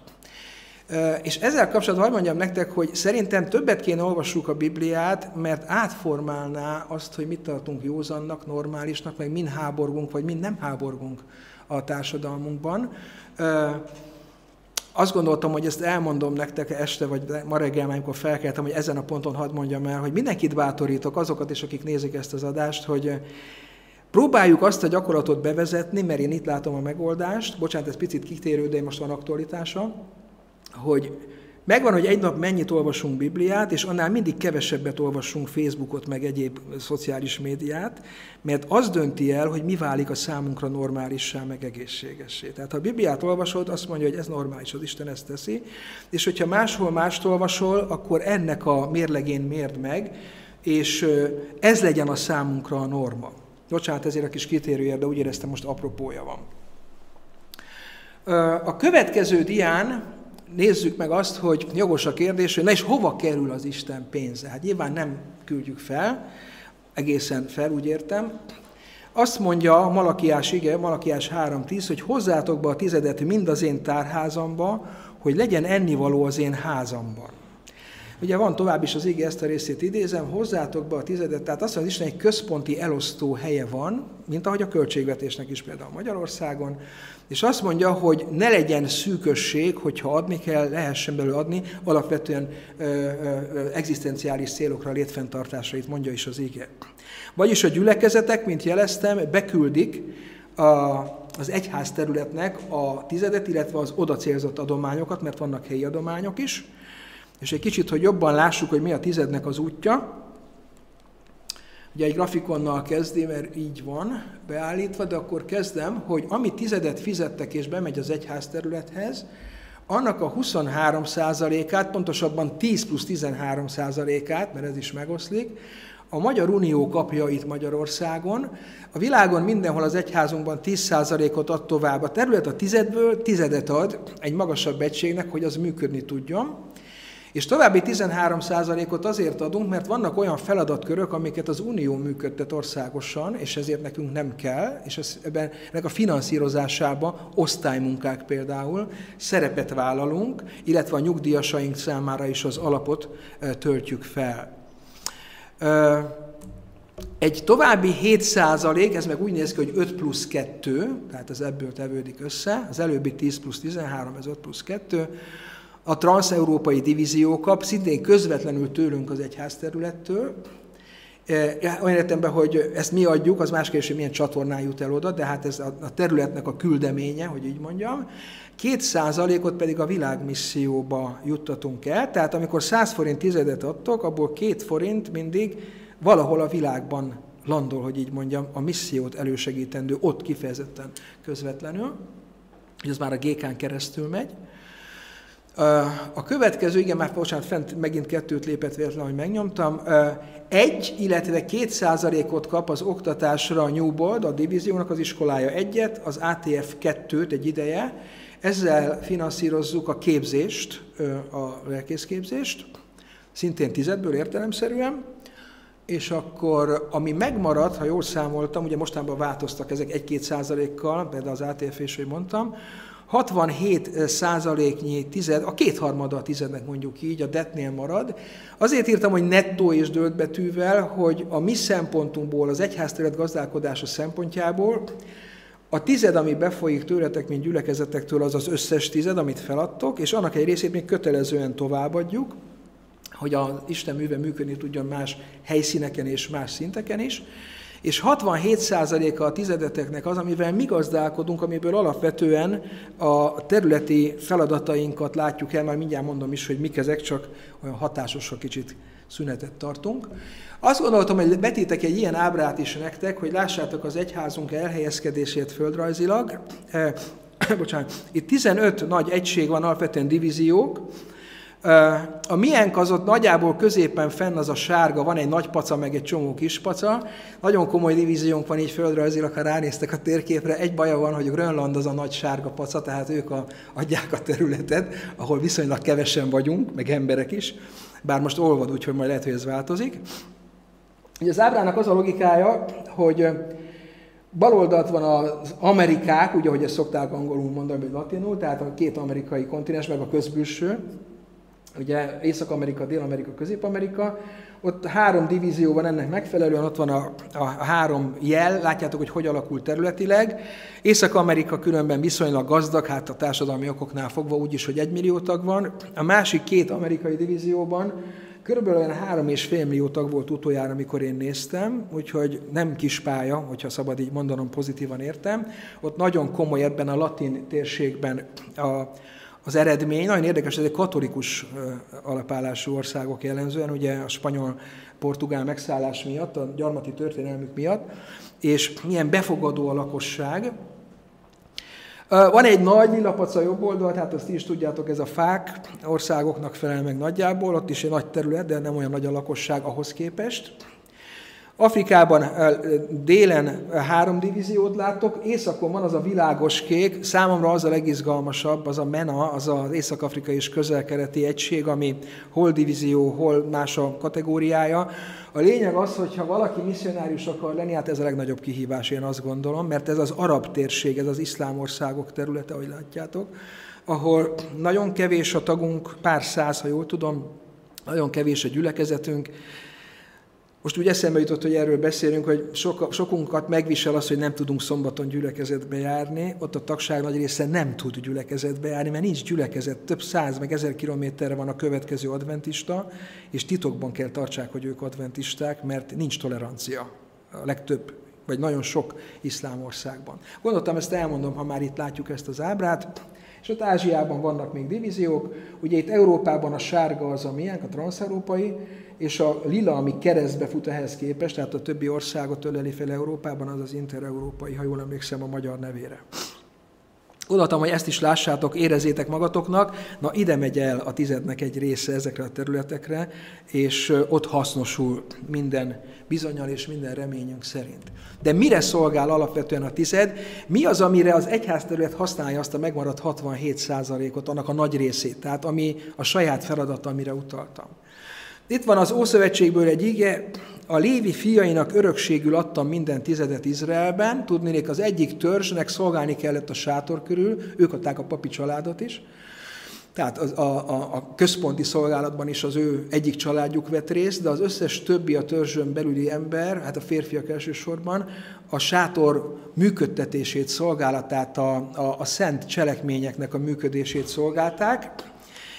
És ezzel kapcsolatban hadd mondjam nektek, hogy szerintem többet kéne olvassuk a Bibliát, mert átformálná azt, hogy mit tartunk józannak, normálisnak, meg mind háborgunk, vagy mind nem háborgunk a társadalmunkban. Azt gondoltam, hogy ezt elmondom nektek este, vagy ma reggel, amikor felkeltem, hogy ezen a ponton hadd mondjam el, hogy mindenkit bátorítok, azokat is, akik nézik ezt az adást, hogy próbáljuk azt a gyakorlatot bevezetni, mert én itt látom a megoldást, bocsánat, ez picit kitérő, de most van aktualitása, hogy megvan, hogy egy nap mennyit olvasunk Bibliát, és annál mindig kevesebbet olvassunk Facebookot, meg egyéb szociális médiát, mert az dönti el, hogy mi válik a számunkra normálissá, meg egészségessé. Tehát ha a Bibliát olvasod, azt mondja, hogy ez normális, az Isten ezt teszi, és hogyha máshol mást olvasol, akkor ennek a mérlegén mérd meg, és ez legyen a számunkra a norma. Bocsánat, ezért a kis kitérője, de úgy éreztem, most apropója van. A következő dián nézzük meg azt, hogy jogos a kérdés, hogy na és hova kerül az Isten pénze? Hát nyilván nem küldjük fel, egészen fel, úgy értem. Azt mondja a Malakiás ige, Malakiás három tíz, hogy hozzátok be a tizedet mind az én tárházamba, hogy legyen ennivaló az én házamban. Ugye van tovább is az ige, ezt a részét idézem, hozzátok be a tizedet, tehát azt mondja, hogy Isten egy központi elosztó helye van, mint ahogy a költségvetésnek is például Magyarországon, és azt mondja, hogy ne legyen szűkösség, hogyha adni kell, lehessen belőle adni, alapvetően ö, ö, ö, egzisztenciális célokra, létfenntartásra, itt mondja is az ige. Vagyis a gyülekezetek, mint jeleztem, beküldik a, az egyház területnek a tizedet, illetve az oda célzott adományokat, mert vannak helyi adományok is, és egy kicsit, hogy jobban lássuk, hogy mi a tizednek az útja. Ugye egy grafikonnal kezdi, mert így van beállítva, de akkor kezdem, hogy ami tizedet fizettek és bemegy az egyház területhez, annak a huszonhárom százalékát, pontosabban tíz plusz tizenhárom százalékát, mert ez is megoszlik, a Magyar Unió kapja itt Magyarországon. A világon mindenhol az egyházunkban tíz százalékot ad tovább. A terület a tizedből tizedet ad egy magasabb egységnek, hogy az működni tudjon. És további tizenhárom százalékot azért adunk, mert vannak olyan feladatkörök, amiket az Unió működtet országosan, és ezért nekünk nem kell, és ez, ebben, ennek a finanszírozásában osztálymunkák például szerepet vállalunk, illetve a nyugdíjasaink számára is az alapot töltjük fel. Egy további hét százalék, ez meg úgy néz ki, hogy öt plusz kettő, tehát ez ebből tevődik össze, az előbbi tíz plusz tizenhárom, ez öt plusz kettő, a transzeurópai divízió kap, szintén közvetlenül tőlünk az egyházterülettől. Olyan értelemben, hogy ezt mi adjuk, az más kérdés, hogy milyen csatornán jut el oda, de hát ez a területnek a küldeménye, hogy így mondjam. Két százalékot pedig a világmisszióba juttatunk el, tehát amikor száz forint tizedet adtok, abból két forint mindig valahol a világban landol, hogy így mondjam, a missziót elősegítendő, ott kifejezetten közvetlenül, hogy az már a gé kán keresztül megy. A következő, igen, már bocsánat, fent megint kettőt lépett véletlen, hogy megnyomtam, egy, illetve két százalékot kap az oktatásra a Newbold, a divíziónak az iskolája egyet, az á té ef kettőt egy ideje, ezzel finanszírozzuk a képzést, a lelkészképzést, szintén tizedből értelemszerűen, és akkor, ami megmarad, ha jól számoltam, ugye mostanában változtak ezek egy-két százalékkal, például az á té ef is, hogy mondtam, hatvanhét százaléknyi tized, a kétharmada a tizednek mondjuk így, a dé é té-nél marad. Azért írtam, hogy nettó és dölt betűvel, hogy a mi szempontunkból, az egyházterület gazdálkodása szempontjából a tized, ami befolyik tőletek, mint gyülekezetektől, az az összes tized, amit feladtok, és annak egy részét még kötelezően továbbadjuk, hogy az Isten műve működni tudjon más helyszíneken és más szinteken is. És hatvanhét százaléka a tizedeteknek az, amivel mi gazdálkodunk, amiből alapvetően a területi feladatainkat látjuk el, már mindjárt mondom is, hogy mik ezek, csak olyan hatásosra kicsit szünetet tartunk. Azt gondoltam, hogy betétek egy ilyen ábrát is nektek, hogy lássátok az egyházunk elhelyezkedését földrajzilag. Eh, bocsánat, itt tizenöt nagy egység van, alapvetően divíziók. A miénk az ott nagyjából középen fenn az a sárga, van egy nagy paca, meg egy csomó kis paca. Nagyon komoly divíziónk van így földrajzilag, ha ránéztek a térképre. Egy baja van, hogy Grönland az a nagy sárga paca, tehát ők a, adják a területet, ahol viszonylag kevesen vagyunk, meg emberek is. Bár most olvad, úgyhogy majd lehet, hogy ez változik. Ugye az ábrának az a logikája, hogy bal oldalt van az Amerikák, ugye, ahogy ezt szokták angolul mondani, vagy latinul, tehát a két amerikai kontinens, meg a közbülső. Ugye Észak-Amerika, Dél-Amerika, Közép-Amerika, ott három divízió van ennek megfelelően, ott van a, a, a három jel, látjátok, hogy hogy alakul területileg. Észak-Amerika különben viszonylag gazdag, hát a társadalmi okoknál fogva úgyis, hogy egy millió tag van. A másik két amerikai divízióban körülbelül olyan három és fél millió tag volt utoljára, amikor én néztem, úgyhogy nem kis pálya, hogyha szabad így mondanom, pozitívan értem. Ott nagyon komoly ebben a latin térségben a Az eredmény, nagyon érdekes, ez egy katolikus alapállású országok jellemzően, ugye a spanyol-portugál megszállás miatt, a gyarmati történelmük miatt, és milyen befogadó a lakosság. Van egy nagy lilapaca jobb oldal, tehát azt is tudjátok, ez a fák országoknak felel meg nagyjából, ott is egy nagy terület, de nem olyan nagy a lakosság ahhoz képest. Afrikában délen három divíziót láttok, északon van az a világos kék, számomra az a legizgalmasabb, az a MENA, az az észak-afrikai és közel-keleti egység, ami hol divízió, hol más a kategóriája. A lényeg az, hogy ha valaki misszionárius akar lenni, hát ez a legnagyobb kihívás, én azt gondolom, mert ez az arab térség, ez az iszlám országok területe, ahogy látjátok, ahol nagyon kevés a tagunk, pár száz, ha jól tudom, nagyon kevés a gyülekezetünk. Most úgy eszembe jutott, hogy erről beszélünk, hogy sok, sokunkat megvisel az, hogy nem tudunk szombaton gyülekezetbe járni, ott a tagság nagy része nem tud gyülekezetbe járni, mert nincs gyülekezet, több száz, meg ezer kilométerre van a következő adventista, és titokban kell tartsák, hogy ők adventisták, mert nincs tolerancia a legtöbb, vagy nagyon sok iszlám országban. Gondoltam, ezt elmondom, ha már itt látjuk ezt az ábrát, és ott Ázsiában vannak még divíziók, ugye itt Európában a sárga az a miénk, a transzeurópai, és a lila, ami keresztbe fut ehhez képest, tehát a többi országot öleli fel Európában, az az intereurópai, ha jól emlékszem a magyar nevére. Odaadtam, hogy ezt is lássátok, érezzétek magatoknak, na ide megy el a tizednek egy része ezekre a területekre, és ott hasznosul minden bizonnyal és minden reményünk szerint. De mire szolgál alapvetően a tized? Mi az, amire az egyházterület használja azt a megmaradt hatvanhét százalékot, annak a nagy részét, tehát ami a saját feladata, amire utaltam. Itt van az Ószövetségből egy ige, a Lévi fiainak örökségül adtam minden tizedet Izraelben, tudnék, az egyik törzsnek szolgálni kellett a sátor körül, ők adták a papi családot is, tehát a, a, a központi szolgálatban is az ő egyik családjuk vett részt, de az összes többi a törzsön belüli ember, hát a férfiak elsősorban, a sátor működtetését, szolgálatát, a, a, a szent cselekményeknek a működését szolgálták,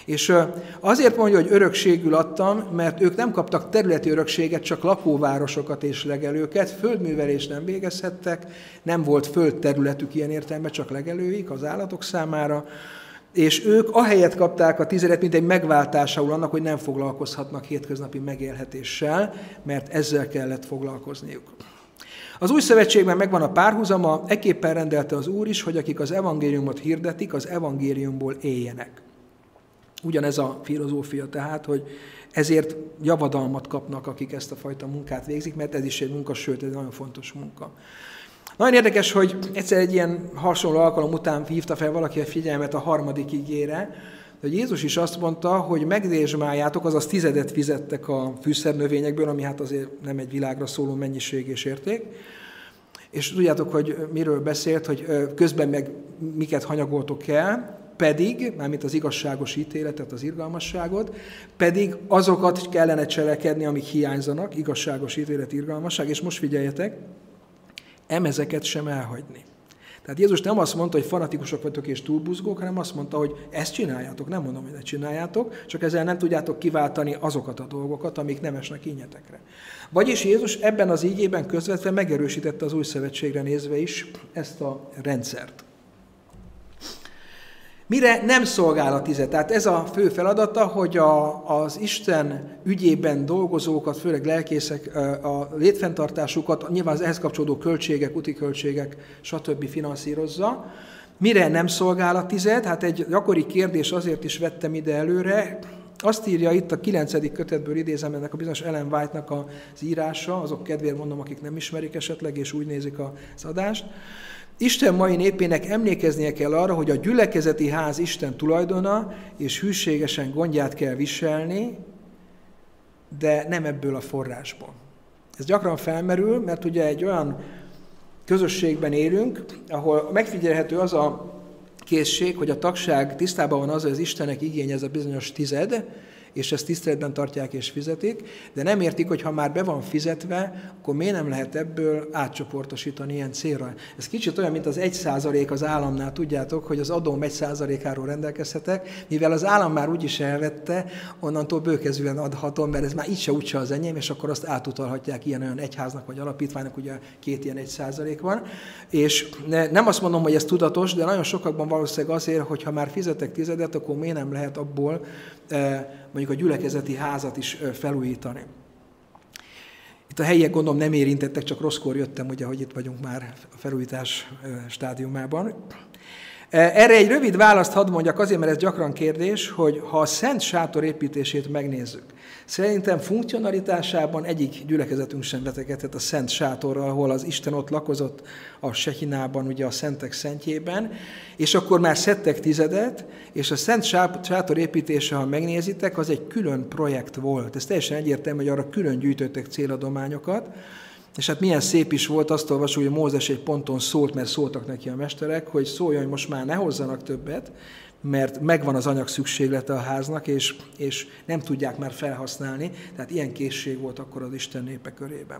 És azért mondja, hogy örökségül adtam, mert ők nem kaptak területi örökséget, csak lakóvárosokat és legelőket, földművelést nem végezhettek, nem volt földterületük ilyen értelemben, csak legelőik az állatok számára, és ők ahelyett kapták a tizedet, mint egy megváltásául annak, hogy nem foglalkozhatnak hétköznapi megélhetéssel, mert ezzel kellett foglalkozniuk. Az Új Szövetségben megvan a párhuzama, ekképpen rendelte az Úr is, hogy akik az evangéliumot hirdetik, az evangéliumból éljenek. Ugyanez a filozófia tehát, hogy ezért javadalmat kapnak, akik ezt a fajta munkát végzik, mert ez is egy munka, sőt, ez egy nagyon fontos munka. Nagyon érdekes, hogy egyszer egy ilyen hasonló alkalom után hívta fel valaki a figyelmet a harmadik igére, hogy Jézus is azt mondta, hogy megdésmáljátok, azaz tizedet fizettek a fűszernövényekből, ami hát azért nem egy világra szóló mennyiség és érték. És tudjátok, hogy miről beszélt, hogy közben meg miket hanyagoltok el, pedig, mármint az igazságos ítéletet, az irgalmasságot, pedig azokat kellene cselekedni, amik hiányzanak, igazságos ítélet, irgalmasság, és most figyeljetek, em ezeket sem elhagyni. Tehát Jézus nem azt mondta, hogy fanatikusok vagytok és túlbuzgók, hanem azt mondta, hogy ezt csináljátok, nem mondom, hogy ne csináljátok, csak ezzel nem tudjátok kiváltani azokat a dolgokat, amik nem esnek ínyetekre. Vagyis Jézus ebben az ígében közvetve megerősítette az Új Szövetségre nézve is ezt a rendszert. Mire nem szolgál a tized? Tehát ez a fő feladata, hogy a, az Isten ügyében dolgozókat, főleg lelkészek, a létfenntartásukat, nyilván az ehhez kapcsolódó költségek, úti költségek, stb. Finanszírozza. Mire nem szolgál a tized? Hát egy gyakori kérdés, azért is vettem ide előre. Azt írja itt a kilencedik kötetből, idézem, ennek a bizonyos Ellen White-nak az írása, azok kedvéért mondom, akik nem ismerik esetleg, és úgy nézik az adást. Isten mai népének emlékeznie kell arra, hogy a gyülekezeti ház Isten tulajdona, és hűségesen gondját kell viselni, de nem ebből a forrásból. Ez gyakran felmerül, mert ugye egy olyan közösségben élünk, ahol megfigyelhető az a készség, hogy a tagság tisztában van az, hogy az Istennek igénye ez a bizonyos tized, és ezt tiszteletben tartják és fizetik, de nem értik, hogy ha már be van fizetve, akkor miért nem lehet ebből átcsoportosítani ilyen célra. Ez kicsit olyan, mint az egy százalék az államnál, tudjátok, hogy az adóm egy százalékáról rendelkezhetek, mivel az állam már úgyis elvette, onnantól bőkezűen adhatom, mert ez már így se úgyse az enyém, és akkor azt átutalhatják ilyen-olyan egyháznak vagy alapítványnak, ugye két ilyen egy százalék van. És nem azt mondom, hogy ez tudatos, de nagyon sokakban valószínűleg azért, hogy ha már fizetek tizedet, akkor miért nem lehet abból mondjuk a gyülekezeti házat is felújítani. Itt a helyiek gondolom nem érintettek, csak rosszkor jöttem, ugye, hogy itt vagyunk már a felújítás stádiumában. Erre egy rövid választ hadd mondjak azért, mert ez gyakran kérdés, hogy ha a Szent Sátor építését megnézzük, szerintem funkcionalitásában egyik gyülekezetünk sem vetekedhet a Szent Sátorral, ahol az Isten ott lakozott a Sehinában, ugye a Szentek Szentjében, és akkor már szedtek tizedet, és a Szent Sátor építése, ha megnézitek, az egy külön projekt volt. Ez teljesen egyértelmű, hogy arra külön gyűjtöttek céladományokat, és hát milyen szép is volt, azt olvasó, hogy Mózes egy ponton szólt, mert szóltak neki a mesterek, hogy szóljon, hogy most már ne hozzanak többet, mert megvan az anyag szükséglete a háznak, és, és nem tudják már felhasználni. Tehát ilyen készség volt akkor az Isten népe körében.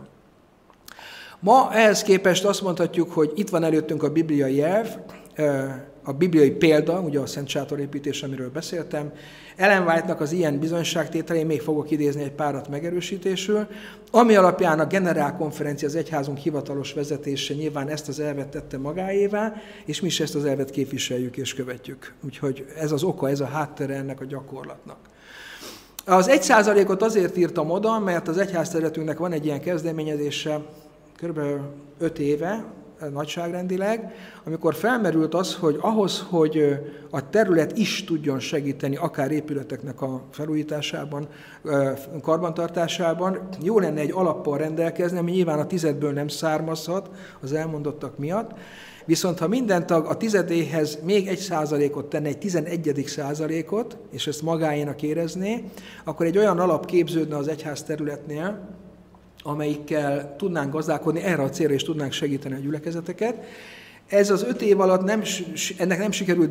Ma ehhez képest azt mondhatjuk, hogy itt van előttünk a bibliai elv, a bibliai példa, ugye a Szent Sátor építés, amiről beszéltem. Ellen White-nak az ilyen bizonyságtételén még fogok idézni egy párat megerősítésül, ami alapján a generálkonferencia, az egyházunk hivatalos vezetése nyilván ezt az elvet tette magáévá, és mi is ezt az elvet képviseljük és követjük. Úgyhogy ez az oka, ez a háttere ennek a gyakorlatnak. Az egy százalékot azért írtam oda, mert az egyházterületünknek van egy ilyen kezdeményezése, kb. öt éve, nagyságrendileg, amikor felmerült az, hogy ahhoz, hogy a terület is tudjon segíteni akár épületeknek a felújításában, karbantartásában, jó lenne egy alappal rendelkezni, ami nyilván a tizedből nem származhat az elmondottak miatt, viszont ha minden tag a tizedéhez még egy százalékot tenne, egy tizenegyedik százalékot, és ezt magáénak érezné, akkor egy olyan alap képződne az egyház területnél, amelyikkel tudnánk gazdálkodni, erre a célra is tudnánk segíteni a gyülekezeteket. Ez az öt év alatt nem, ennek nem sikerült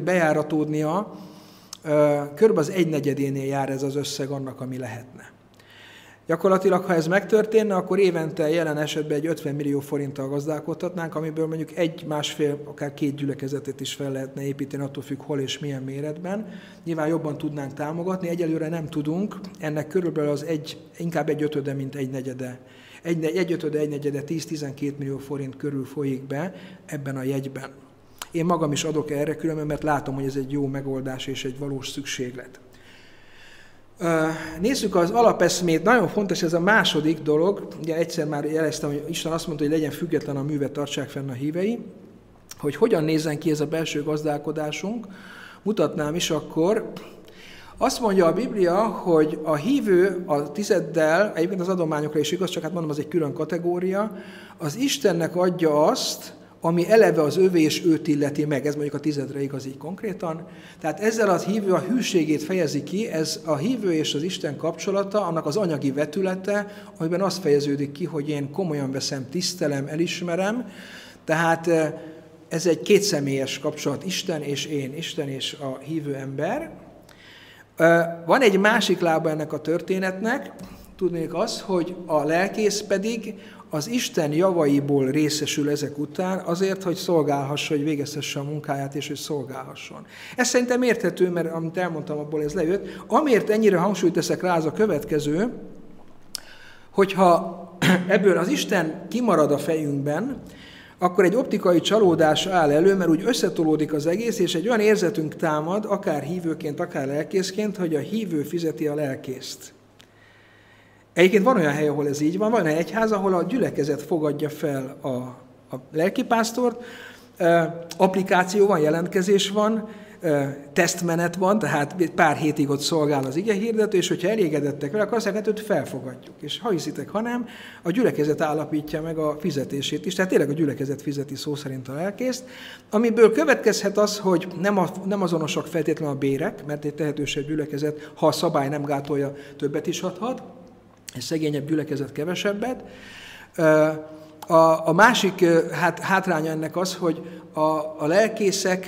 bejáratódnia, körülbelül az egynegyedénél jár ez az összeg annak, ami lehetne. Gyakorlatilag, ha ez megtörténne, akkor évente jelen esetben egy ötven millió forinttal gazdálkodhatnánk, amiből mondjuk egy, másfél, akár két gyülekezetet is fel lehetne építeni, attól függ, hol és milyen méretben. Nyilván jobban tudnánk támogatni, egyelőre nem tudunk, ennek körülbelül az egy, inkább egy ötöde, mint egy negyede. Egy, egy ötöde, egy negyede, tíz-tizenkét millió forint körül folyik be ebben a jegyben. Én magam is adok erre különben, mert látom, hogy ez egy jó megoldás és egy valós szükséglet. Nézzük az alapeszmét, nagyon fontos ez a második dolog, ugye egyszer már jeleztem, hogy Isten azt mondta, hogy legyen független a műve, tartsák fenn a hívei, hogy hogyan nézzen ki ez a belső gazdálkodásunk, mutatnám is akkor. Azt mondja a Biblia, hogy a hívő a tizeddel, egyébként az adományokra is igaz, csak hát mondom, az egy külön kategória, az Istennek adja azt, ami eleve az övé és őt illeti meg, ez mondjuk a tizedre igaz így konkrétan. Tehát ezzel a hívő a hűségét fejezi ki, ez a hívő és az Isten kapcsolata, annak az anyagi vetülete, amiben az fejeződik ki, hogy én komolyan veszem, tisztelem, elismerem. Tehát ez egy kétszemélyes kapcsolat, Isten és én, Isten és a hívő ember. Van egy másik lába ennek a történetnek, tudnék az, hogy a lelkész pedig az Isten javaiból részesül ezek után azért, hogy szolgálhassa, hogy végezhesse a munkáját, és hogy szolgálhasson. Ez szerintem érthető, mert amit elmondtam, abból ez lejött. Amiért ennyire hangsúlyt teszek rá, az a következő, hogyha ebből az Isten kimarad a fejünkben, akkor egy optikai csalódás áll elő, mert úgy összetolódik az egész, és egy olyan érzetünk támad, akár hívőként, akár lelkészként, hogy a hívő fizeti a lelkészt. Egyébként van olyan hely, ahol ez így van, van egy egyház, ahol a gyülekezet fogadja fel a, a lelkipásztort, applikáció van, jelentkezés van, tesztmenet van, tehát pár hétig ott szolgál az igehirdető, és hogyha elégedettek vele, akkor azt mondják, hogy őt felfogadjuk. És ha hiszitek, ha nem, a gyülekezet állapítja meg a fizetését is, tehát tényleg a gyülekezet fizeti szó szerint a lelkészt, amiből következhet az, hogy nem, a, nem azonosak feltétlenül a bérek, mert egy tehetősebb gyülekezet, ha a szabály nem gátolja, többet is adhat, egy szegényebb gyülekezet kevesebbet. A, a másik hát, hátránya ennek az, hogy a, a lelkészek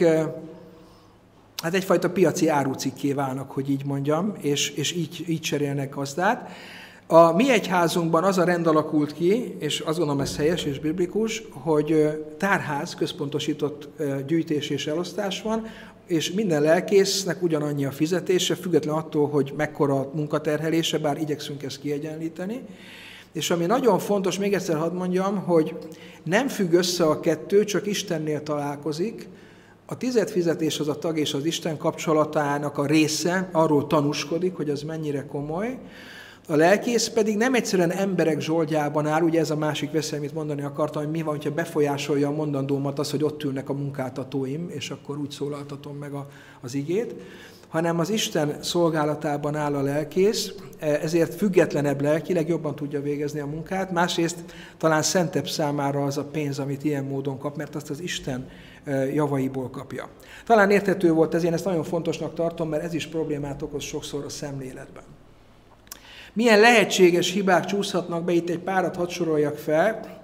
hát egyfajta piaci árucikké válnak, hogy így mondjam, és, és így, így cserélnek gazdát. A mi egyházunkban az a rend alakult ki, és azt gondolom ez helyes és biblikus, hogy tárház, központosított gyűjtés és elosztás van, és minden lelkésznek ugyanannyi a fizetése, független attól, hogy mekkora a munkaterhelése, bár igyekszünk ezt kiegyenlíteni. És ami nagyon fontos, még egyszer hadd mondjam, hogy nem függ össze a kettő, csak Istennél találkozik. A tizedfizetés az a tag és az Isten kapcsolatának a része, arról tanúskodik, hogy az mennyire komoly. A lelkész pedig nem egyszerűen emberek zsoldjában áll, ugye ez a másik veszély, amit mondani akartam, hogy mi van, hogyha befolyásolja a mondandómat az, hogy ott ülnek a munkáltatóim, és akkor úgy szólaltatom meg a, az igét, hanem az Isten szolgálatában áll a lelkész, ezért függetlenebb lelkileg, jobban tudja végezni a munkát, másrészt talán szentebb számára az a pénz, amit ilyen módon kap, mert azt az Isten javaiból kapja. Talán érthető volt ez, én ezt nagyon fontosnak tartom, mert ez is problémát okoz sokszor a szemléletben. Milyen lehetséges hibák csúszhatnak be, itt egy párat hadd soroljak fel.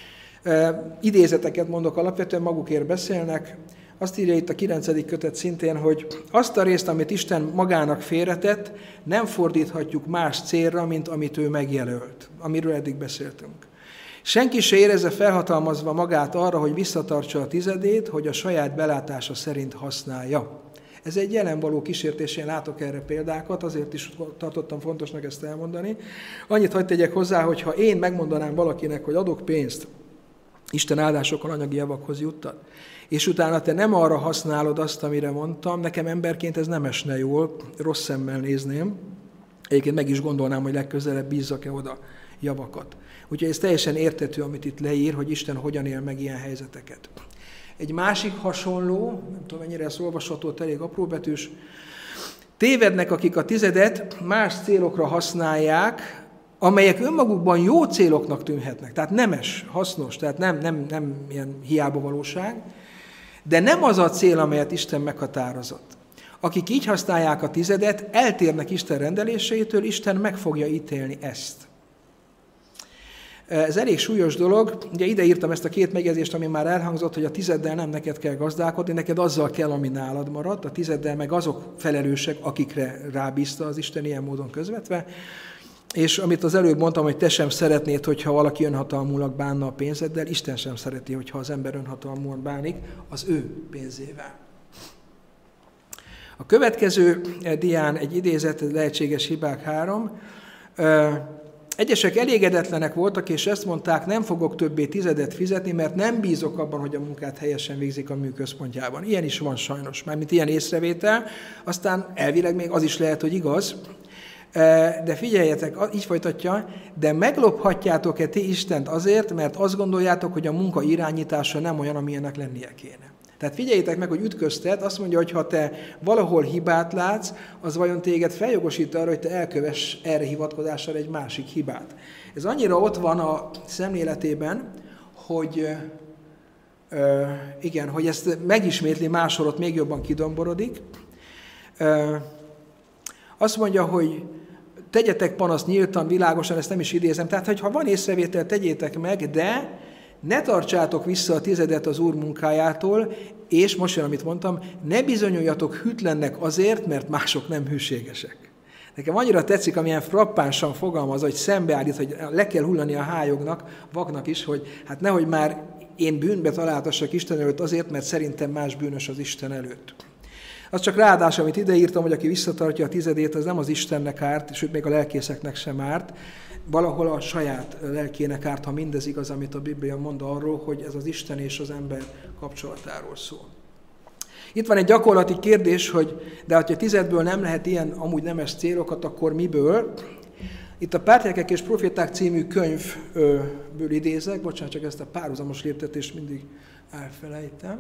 Idézeteket mondok, alapvetően magukért beszélnek. Azt írja itt a kilencedik kötet szintén, hogy azt a részt, amit Isten magának félretett, nem fordíthatjuk más célra, mint amit ő megjelölt, amiről eddig beszéltünk. Senki se érezze felhatalmazva magát arra, hogy visszatartsa a tizedét, hogy a saját belátása szerint használja. Ez egy jelenvaló kísértés, én látok erre példákat, azért is tartottam fontosnak ezt elmondani. Annyit hadd tegyek hozzá, hogy ha én megmondanám valakinek, hogy adok pénzt, Isten áldásokkal anyagi javakhoz juttat, és utána te nem arra használod azt, amire mondtam, nekem emberként ez nem esne jól, rossz szemmel nézném. Egyébként meg is gondolnám, hogy legközelebb bízzak-e oda javakat. Úgyhogy ez teljesen érthető, amit itt leír, hogy Isten hogyan él meg ilyen helyzeteket. Egy másik hasonló, nem tudom, mennyire ez olvasható, elég apróbetűs, tévednek, akik a tizedet más célokra használják, amelyek önmagukban jó céloknak tűnhetnek, tehát nemes, hasznos, tehát nem, nem, nem ilyen hiába valóság, de nem az a cél, amelyet Isten meghatározott. Akik így használják a tizedet, eltérnek Isten rendeléseitől, Isten meg fogja ítélni ezt. Ez elég súlyos dolog. Ugye ide írtam ezt a két megjegyzést, ami már elhangzott, hogy a tizeddel nem neked kell gazdálkodni, neked azzal kell, ami nálad maradt, a tizeddel meg azok felelősek, akikre rábízta az Isten ilyen módon közvetve. És amit az előbb mondtam, hogy te sem szeretnéd, hogyha valaki önhatalmulag bánna a pénzeddel, Isten sem szereti, hogyha az ember önhatalmúan bánik az ő pénzével. A következő dián egy idézet, lehetséges hibák három. Egyesek elégedetlenek voltak, és ezt mondták, nem fogok többé tizedet fizetni, mert nem bízok abban, hogy a munkát helyesen végzik a műközpontjában. Ilyen is van sajnos, mármint ilyen észrevétel, aztán elvileg még az is lehet, hogy igaz. De figyeljetek, így folytatja, de meglophatjátok-e ti Istent azért, mert azt gondoljátok, hogy a munka irányítása nem olyan, amilyennek lennie kéne. Tehát figyeljétek meg, hogy ütköztet, azt mondja, hogy ha te valahol hibát látsz, az vajon téged feljogosít arra, hogy te elkövess erre hivatkozással egy másik hibát. Ez annyira ott van a szemléletében, hogy ö, igen, hogy ezt megismétli máshol, ott még jobban kidomborodik. Ö, azt mondja, hogy tegyetek panaszt nyíltan, világosan, ezt nem is idézem, tehát hogy ha van észrevétel, tegyétek meg, de ne tartsátok vissza a tizedet az Úr munkájától, és most jön, amit mondtam, ne bizonyuljatok hűtlennek azért, mert mások nem hűségesek. Nekem annyira tetszik, amilyen frappánsan fogalmaz, hogy szembeállít, hogy le kell hullani a hályognak, vaknak is, hogy hát nehogy már én bűnbe találtassak Isten előtt azért, mert szerintem más bűnös az Isten előtt. Az csak ráadásul, amit ideírtam, hogy aki visszatartja a tizedét, az nem az Istennek árt, sőt még a lelkészeknek sem árt, valahol a saját lelkének árt, ha mindez igaz, amit a Biblia mond arról, hogy ez az Isten és az ember kapcsolatáról szól. Itt van egy gyakorlati kérdés, hogy de ha a tizedből nem lehet ilyen amúgy nemes célokat, akkor miből? Itt a Pártjegyek és Proféták című könyvből idézek, bocsánat, csak ezt a párhuzamos léptetést mindig elfelejtem.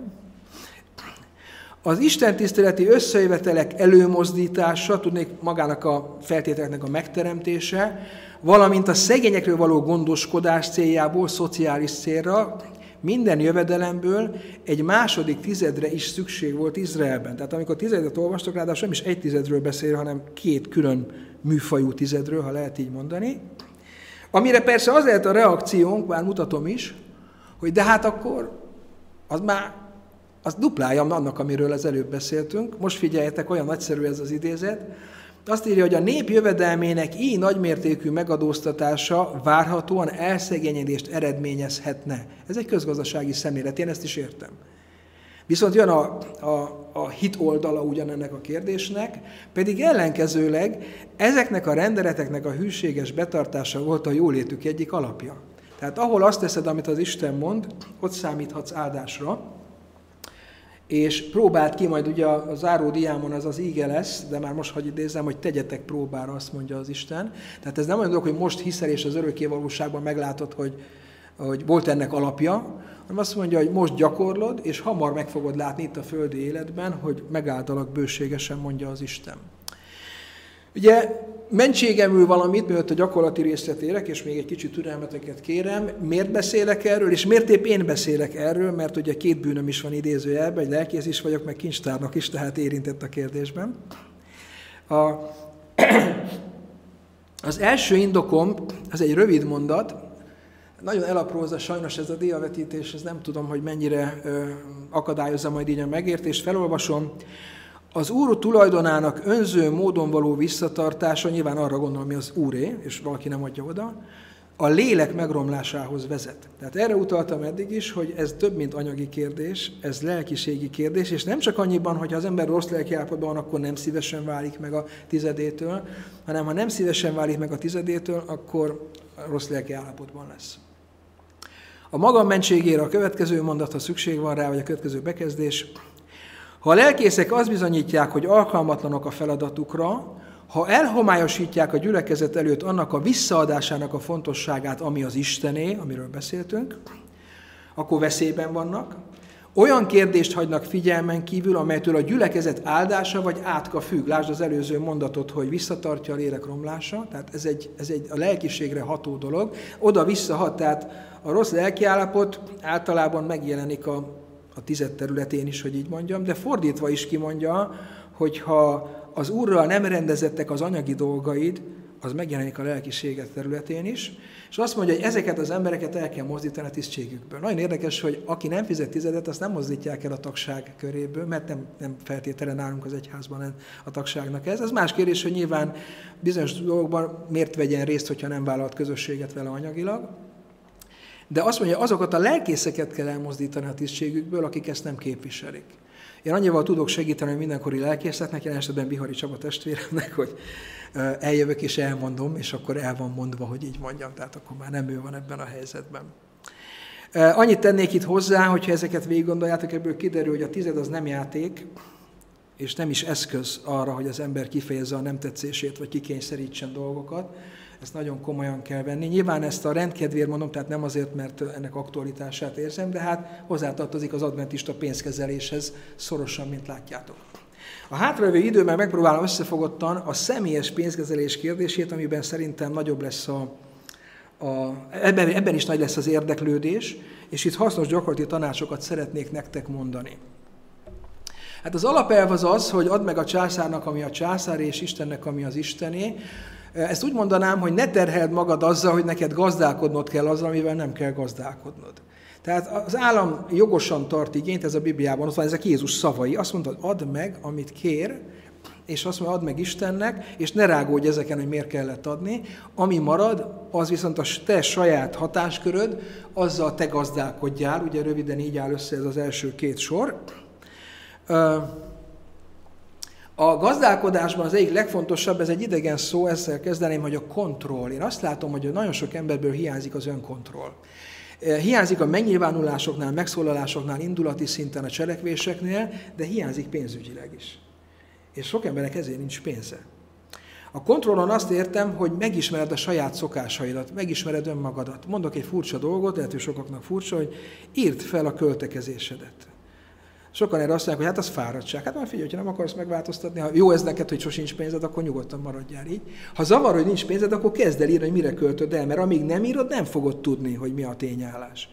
Az istentiszteleti összejövetelek előmozdítása, tudnék magának a feltételeknek a megteremtése, valamint a szegényekről való gondoskodás céljából, szociális célra, minden jövedelemből egy második tizedre is szükség volt Izraelben. Tehát amikor tizedet olvastok, ráadásul nem is egy tizedről beszél, hanem két külön műfajú tizedről, ha lehet így mondani. Amire persze az lehet a reakciónk, bár mutatom is, hogy de hát akkor az már az duplája annak, amiről az előbb beszéltünk. Most figyeljetek, olyan nagyszerű ez az idézet. Azt írja, hogy a nép jövedelmének így nagymértékű megadóztatása várhatóan elszegényedést eredményezhetne. Ez egy közgazdasági szemlélet, én ezt is értem. Viszont jön a, a, a hit oldala ugyanennek a kérdésnek, pedig ellenkezőleg ezeknek a rendeleteknek a hűséges betartása volt a jólétük egyik alapja. Tehát ahol azt teszed, amit az Isten mond, ott számíthatsz áldásra, és próbáld ki, majd ugye a záró diámon az az íge lesz, de már most hadd idézzem, hogy tegyetek próbára, azt mondja az Isten. Tehát ez nem olyan dolog, hogy most hiszel, és az örökké valóságban meglátod, hogy, hogy volt ennek alapja, hanem azt mondja, hogy most gyakorlod, és hamar meg fogod látni itt a földi életben, hogy megáldalak bőségesen, mondja az Isten. Ugye mentségemül valamit, mielőtt a gyakorlati részre térek, és még egy kicsit türelmeteket kérem, miért beszélek erről, és miért épp én beszélek erről, mert ugye két bűnöm is van idézőjelben, egy lelkész is vagyok, meg kincstárnak is, tehát érintett a kérdésben. A, az első indokom, az egy rövid mondat, nagyon elaprózza sajnos ez a diavetítés, ez nem tudom, hogy mennyire ö, akadályozza majd így a megértést, felolvasom. Az Úr tulajdonának önző módon való visszatartása, nyilván arra gondolom, mi az Úré, és valaki nem adja oda, a lélek megromlásához vezet. Tehát erre utaltam eddig is, hogy ez több, mint anyagi kérdés, ez lelkiségi kérdés, és nem csak annyiban, hogy ha az ember rossz lelkiállapotban van, akkor nem szívesen válik meg a tizedétől, hanem ha nem szívesen válik meg a tizedétől, akkor rossz lelkiállapotban lesz. A magam mentségére a következő mondat, ha szükség van rá, vagy a következő bekezdés. Ha a lelkészek azt bizonyítják, hogy alkalmatlanok a feladatukra, ha elhomályosítják a gyülekezet előtt annak a visszaadásának a fontosságát, ami az Istené, amiről beszéltünk, akkor veszélyben vannak. Olyan kérdést hagynak figyelmen kívül, amelytől a gyülekezet áldása vagy átka függ. Lásd az előző mondatot, hogy visszatartja a lélek romlása, tehát ez egy, ez egy a lelkiségre ható dolog. Oda visszahat, tehát a rossz lelkiállapot általában megjelenik a a tized területén is, hogy így mondjam, de fordítva is kimondja, hogy ha az Úrral nem rendezettek az anyagi dolgaid, az megjelenik a lelkiséget területén is, és azt mondja, hogy ezeket az embereket el kell mozdítani a tisztségükből. Nagyon érdekes, hogy aki nem fizet tizedet, azt nem mozdítják el a tagság köréből, mert nem, nem feltétlenül nálunk az egyházban a tagságnak ez. Az más kérdés, hogy nyilván bizonyos dolgokban miért vegyen részt, hogyha nem vállalt közösséget vele anyagilag. De azt mondja, azokat a lelkészeket kell elmozdítani a tisztségükből, akik ezt nem képviselik. Én annyival tudok segíteni a mindenkori lelkészeknek, jelen esetben Bihari Csaba testvéremnek, hogy eljövök és elmondom, és akkor el van mondva, hogy így mondjam, tehát akkor már nem ő van ebben a helyzetben. Annyit tennék itt hozzá, hogyha ezeket végig gondoljátok, ebből kiderül, hogy a tized az nem játék, és nem is eszköz arra, hogy az ember kifejezze a nem tetszését, vagy kikényszerítsen dolgokat. Ezt nagyon komolyan kell venni. Nyilván ezt a rendkedvéért mondom, tehát nem azért, mert ennek aktualitását érzem, de hát hozzátartozik az adventista pénzkezeléshez szorosan, mint látjátok. A hátralévő időben megpróbálom összefogottan a személyes pénzkezelés kérdését, amiben szerintem nagyobb lesz a, a ebben, ebben is nagy lesz az érdeklődés, és itt hasznos gyakorlati tanácsokat szeretnék nektek mondani. Hát az alapelv az az, hogy add meg a császárnak, ami a császár, és Istennek, ami az Istené. Ezt úgy mondanám, hogy ne terheld magad azzal, hogy neked gazdálkodnod kell azzal, amivel nem kell gazdálkodnod. Tehát az állam jogosan tart igényt, ez a Bibliában, ott van ezek Jézus szavai. Azt mondta, add meg, amit kér, és azt mondja, add meg Istennek, és ne rágódj ezeken, hogy miért kellett adni. Ami marad, az viszont a te saját hatásköröd, azzal te gazdálkodjál. Ugye röviden így áll össze ez az első két sor. A gazdálkodásban az egyik legfontosabb, ez egy idegen szó, ezzel kezdeném, hogy a kontroll. Én azt látom, hogy nagyon sok emberből hiányzik az önkontroll. Hiányzik a megnyilvánulásoknál, megszólalásoknál, indulati szinten, a cselekvéseknél, de hiányzik pénzügyileg is. És sok embernek ezért nincs pénze. A kontrollon azt értem, hogy megismered a saját szokásaidat, megismered önmagadat. Mondok egy furcsa dolgot, lehet, hogy sokaknak furcsa, hogy írd fel a költekezésedet. Sokan erre azt mondják, hogy hát az fáradtság. Hát már figyelj, hogyha nem akarsz megváltoztatni, ha jó ez neked, hogy sosincs pénzed, akkor nyugodtan maradjál így. Ha zavar, hogy nincs pénzed, akkor kezd el írni, hogy mire költöd el, mert amíg nem írod, nem fogod tudni, hogy mi a tényállás.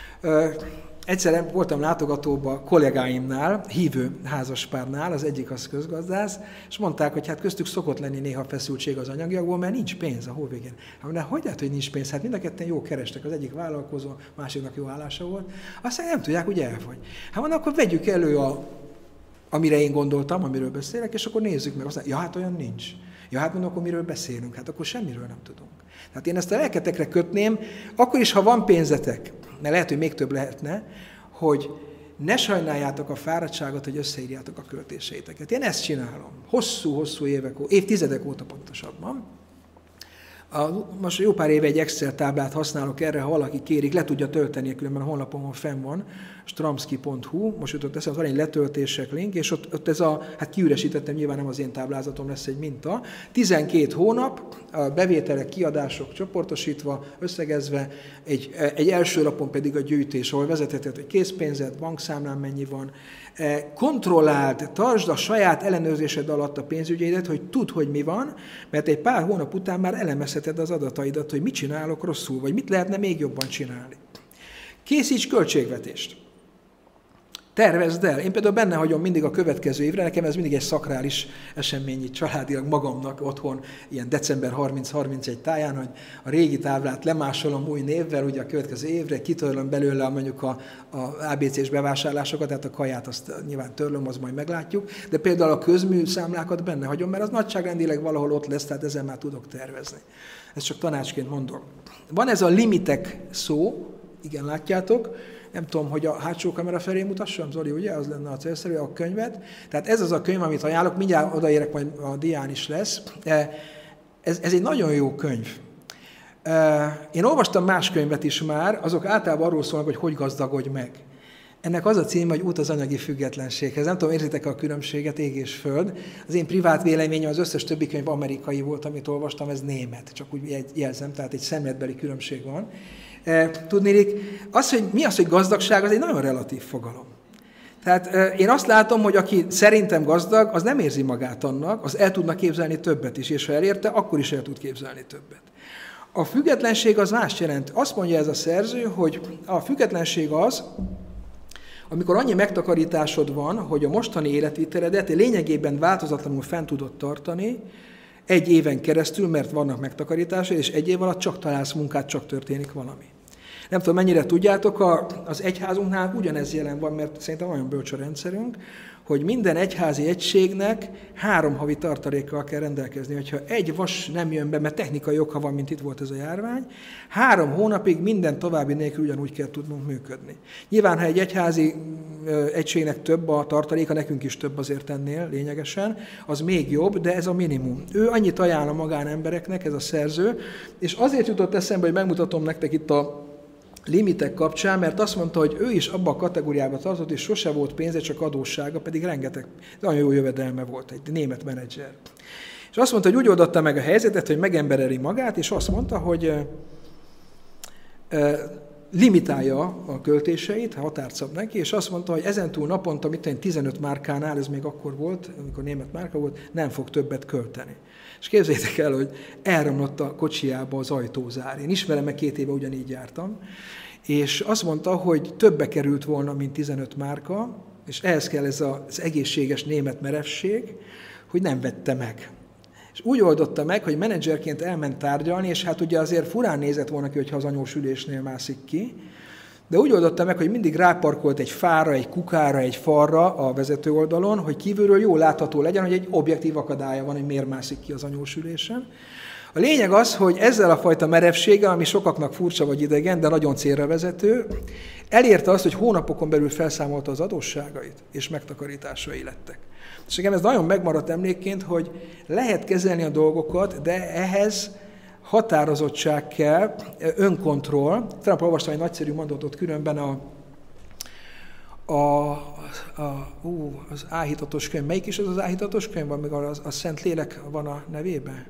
Egyszer voltam látogatóban kollégáimnál, hívő házaspárnál, az egyik az közgazdász, és mondták, hogy hát köztük szokott lenni néha feszültség az anyagiakból, mert nincs pénz a hóvégén. Hát, de hogy lehet, hogy nincs pénz? Hát mind a ketten jó kerestek, az egyik vállalkozó, másiknak jó állása volt. Aztán nem tudják, hogy elfogy. Hát mondom, akkor vegyük elő, a, amire én gondoltam, amiről beszélek, és akkor nézzük meg. Aztán, ja, hát olyan nincs. Ja, hát mondom, akkor miről beszélünk? Hát akkor semmiről nem tudunk. Tehát én ezt a lelketekre kötném, akkor is, ha van pénzetek, mert lehet, hogy még több lehetne, hogy ne sajnáljátok a fáradtságot, hogy összeírjátok a költéseiteket. Én ezt csinálom. Hosszú-hosszú évek, évtizedek óta pontosabban. A, most jó pár éve egy Excel táblát használok erre, ha valaki kérik, le tudja tölteni, különben a honlapomon fenn van, stramski pont hu, most jutott eszembe, van egy letöltések link, és ott, ott ez a, hát kiüresítettem, nyilván nem az én táblázatom lesz egy minta, tizenkét hónap, a bevételek, kiadások csoportosítva, összegezve, egy, egy első lapon pedig a gyűjtés, ahol vezethetett, hogy készpénzed, bankszámlán mennyi van, kontrolláld, tartsd a saját ellenőrzésed alatt a pénzügyeidet, hogy tudd, hogy mi van, mert egy pár hónap után már elemezheted az adataidat, hogy mit csinálok rosszul, vagy mit lehetne még jobban csinálni. Készíts költségvetést. Tervezd el. Én például benne hagyom mindig a következő évre, nekem ez mindig egy szakrális esemény, itt családilag magamnak otthon, ilyen december harminc-harmincegy táján, hogy a régi táblát lemásolom új névvel, ugye a következő évre, kitörlöm belőle mondjuk a, a á bé cés bevásárlásokat, tehát a kaját azt nyilván törlöm, az majd meglátjuk, de például a közműszámlákat benne hagyom, mert az nagyságrendileg valahol ott lesz, tehát ezen már tudok tervezni. Ezt csak tanácsként mondom. Van ez a limitek szó, igen, látjátok, nem tudom, hogy a hátsó kamera felé mutassam, Zoli, ugye, az lenne a célszerű, a könyvet. Tehát ez az a könyv, amit ajánlok, mindjárt odaérek, majd a dián is lesz. Ez, ez egy nagyon jó könyv. Én olvastam más könyvet is már, azok általában arról szólnak, hogy hogy gazdagodj meg. Ennek az a cím, hogy út az anyagi függetlenséghez. Nem tudom, érzitek a különbséget, ég és föld. Az én privát véleményem, az összes többi könyv amerikai volt, amit olvastam, ez német. Csak úgy jelzem, tehát egy szemléletbeli különbség van. Tudnélik, az, hogy mi az, hogy gazdagság, az egy nagyon relatív fogalom. Tehát én azt látom, hogy aki szerintem gazdag, az nem érzi magát annak, az el tudna képzelni többet is, és ha elérte, akkor is el tud képzelni többet. A függetlenség az más jelent. Azt mondja ez a szerző, hogy a függetlenség az, amikor annyi megtakarításod van, hogy a mostani életviteledet lényegében változatlanul fent tudod tartani, Egy éven keresztül, mert vannak megtakarításai, és egy év alatt csak találsz munkát, csak történik valami. Nem tudom, mennyire tudjátok, a, az egyházunknál ugyanez jelen van, mert szerintem nagyon bölcs a rendszerünk, hogy minden egyházi egységnek három havi tartalékkal kell rendelkezni. Hogyha egy vas nem jön be, mert technikai oka van, mint itt volt ez a járvány, három hónapig minden további nélkül ugyanúgy kell tudnunk működni. Nyilván, ha egy egyházi egységnek több a tartaléka, nekünk is több azért ennél lényegesen, az még jobb, de ez a minimum. Ő annyit ajánl a magánembereknek, ez a szerző, és azért jutott eszembe, hogy megmutatom nektek itt a limitek kapcsán, mert azt mondta, hogy ő is abba a kategóriába tartott, és sose volt pénze, csak adóssága, pedig rengeteg, nagyon jó jövedelme volt, egy német menedzser. És azt mondta, hogy úgy oldotta meg a helyzetet, hogy megembereli magát, és azt mondta, hogy e, e, limitálja a költéseit, határt szab neki, és azt mondta, hogy ezentúl naponta, mit tizenöt márkánál, ez még akkor volt, amikor német márka volt, nem fog többet költeni. És képzeljétek el, hogy elromlott a kocsijába az ajtózár. Én ismerem, meg két éve ugyanígy jártam, és azt mondta, hogy többe került volna, mint tizenöt márka, és ehhez kell ez az egészséges német merevség, hogy nem vette meg. És úgy oldotta meg, hogy menedzserként elment tárgyalni, és hát ugye azért furán nézett volna ki, hogyha az anyós ülésnél mászik ki, de úgy oldotta meg, hogy mindig ráparkolt egy fára, egy kukára, egy falra a vezető oldalon, hogy kívülről jól látható legyen, hogy egy objektív akadálya van, hogy miért mászik ki az anyós ülésen. A lényeg az, hogy ezzel a fajta merevséggel, ami sokaknak furcsa vagy idegen, de nagyon célra vezető, elérte azt, hogy hónapokon belül felszámolta az adósságait, és megtakarításai lettek. És nekem ez nagyon megmaradt emlékként, hogy lehet kezelni a dolgokat, de ehhez határozottság kell, önkontroll. Tegnap olvastam egy nagyszerű mondatot különben a, a, a ú, az áhítatos könyv. Melyik is az az áhítatos könyv? Van, még a, a Szent Lélek van a nevében?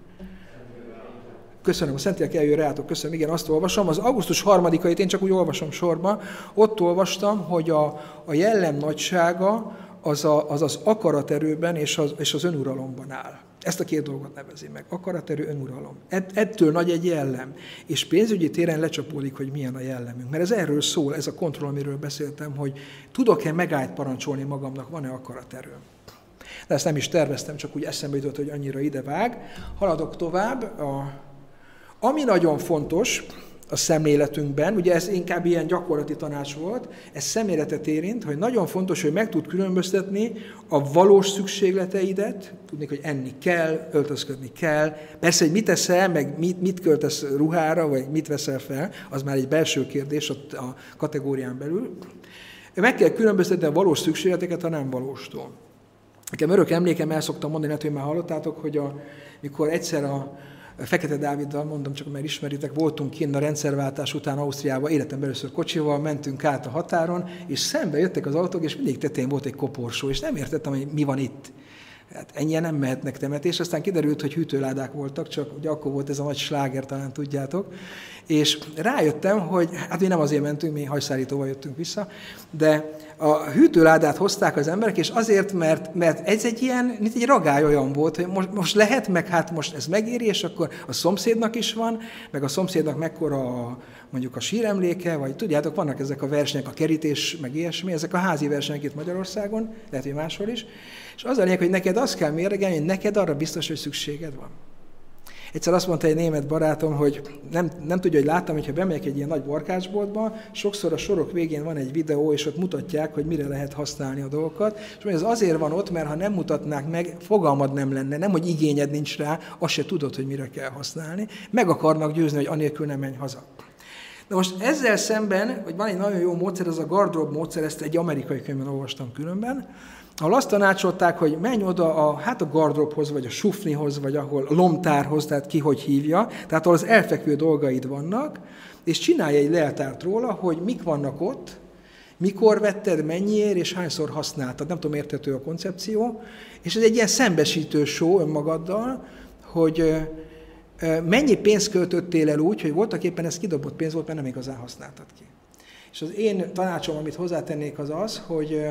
Köszönöm, a Szentlélek eljön rátok, köszönöm, igen, azt olvasom. Az augusztus harmadikait én csak úgy olvasom sorba. Ott olvastam, hogy a, a jellem nagysága az, a, az az akaraterőben és az, és az önuralomban áll. Ezt a két dolgot nevezi meg. Akaraterő, önuralom. Ettől nagy egy jellem. És pénzügyi téren lecsapódik, hogy milyen a jellemünk. Mert ez erről szól, ez a kontroll, amiről beszéltem, hogy tudok-e megállt parancsolni magamnak, van-e akaraterőm. De ezt nem is terveztem, csak úgy eszembe jutott, hogy annyira ide vág. Haladok tovább. A, ami nagyon fontos a szemléletünkben, ugye ez inkább ilyen gyakorlati tanács volt, ez szemléletet érint, hogy nagyon fontos, hogy meg tud különböztetni a valós szükségleteidet, tudni, hogy enni kell, öltözködni kell, persze, hogy mit eszel, meg mit, mit költesz ruhára, vagy mit veszel fel, az már egy belső kérdés a, a kategórián belül. Meg kell különböztetni a valós szükségleteket a nem valóstól. Nekem örök emlékem, el szoktam mondani, hogy már hallottátok, hogy a, mikor egyszer a Fekete Dáviddal, mondom csak, mert ismeritek, voltunk kint a rendszerváltás után Ausztriába, életemben először kocsival, mentünk át a határon, és szembe jöttek az autók, és mindig tetején volt egy koporsó, és nem értettem, hogy mi van itt. Hát ennyien nem mehetnek temetés, aztán kiderült, hogy hűtőládák voltak, csak ugye akkor volt ez a nagy sláger, talán tudjátok. És rájöttem, hogy hát mi nem azért mentünk, mi hajszárítóval jöttünk vissza, de a hűtőládát hozták az emberek, és azért, mert, mert ez egy ilyen, mint egy ragály olyan volt, hogy most, most lehet, meg hát most ez megéri, és akkor a szomszédnak is van, meg a szomszédnak mekkora a, mondjuk a síremléke, vagy tudjátok, vannak ezek a versenyek, a kerítés, meg ilyesmi, ezek a házi versenyek itt Magyarországon, lehet, hogy máshol is, és az a lényeg, hogy neked azt kell mérlegelni, hogy neked arra biztos, hogy szükséged van. Egyszer azt mondta egy német barátom, hogy nem, nem tudja, hogy láttam, hogyha bemegyek egy ilyen nagy barkácsboltba, sokszor a sorok végén van egy videó, és ott mutatják, hogy mire lehet használni a dolgokat. És ez azért van ott, mert ha nem mutatnák meg, fogalmad nem lenne, nem, hogy igényed nincs rá, azt se tudod, hogy mire kell használni. Meg akarnak győzni, hogy anélkül nem menj haza. Na most ezzel szemben, hogy van egy nagyon jó módszer, az a Gardrop módszer, ezt egy amerikai könyvben olvastam különben, ahol azt tanácsolták, hogy menj oda a, hát a gardróbhoz, vagy a sufnihoz, vagy ahol a lomtárhoz, tehát ki hogy hívja, tehát ahol az elfekvő dolgaid vannak, és csinálj egy leltárt róla, hogy mik vannak ott, mikor vetted, mennyiért, és hányszor használtad. Nem tudom, érthető a koncepció. És ez egy ilyen szembesítő show önmagaddal, hogy mennyi pénzt költöttél el úgy, hogy voltak éppen ez kidobott pénz volt, mert nem igazán használtad ki. És az én tanácsom, amit hozzátennék, az az, hogy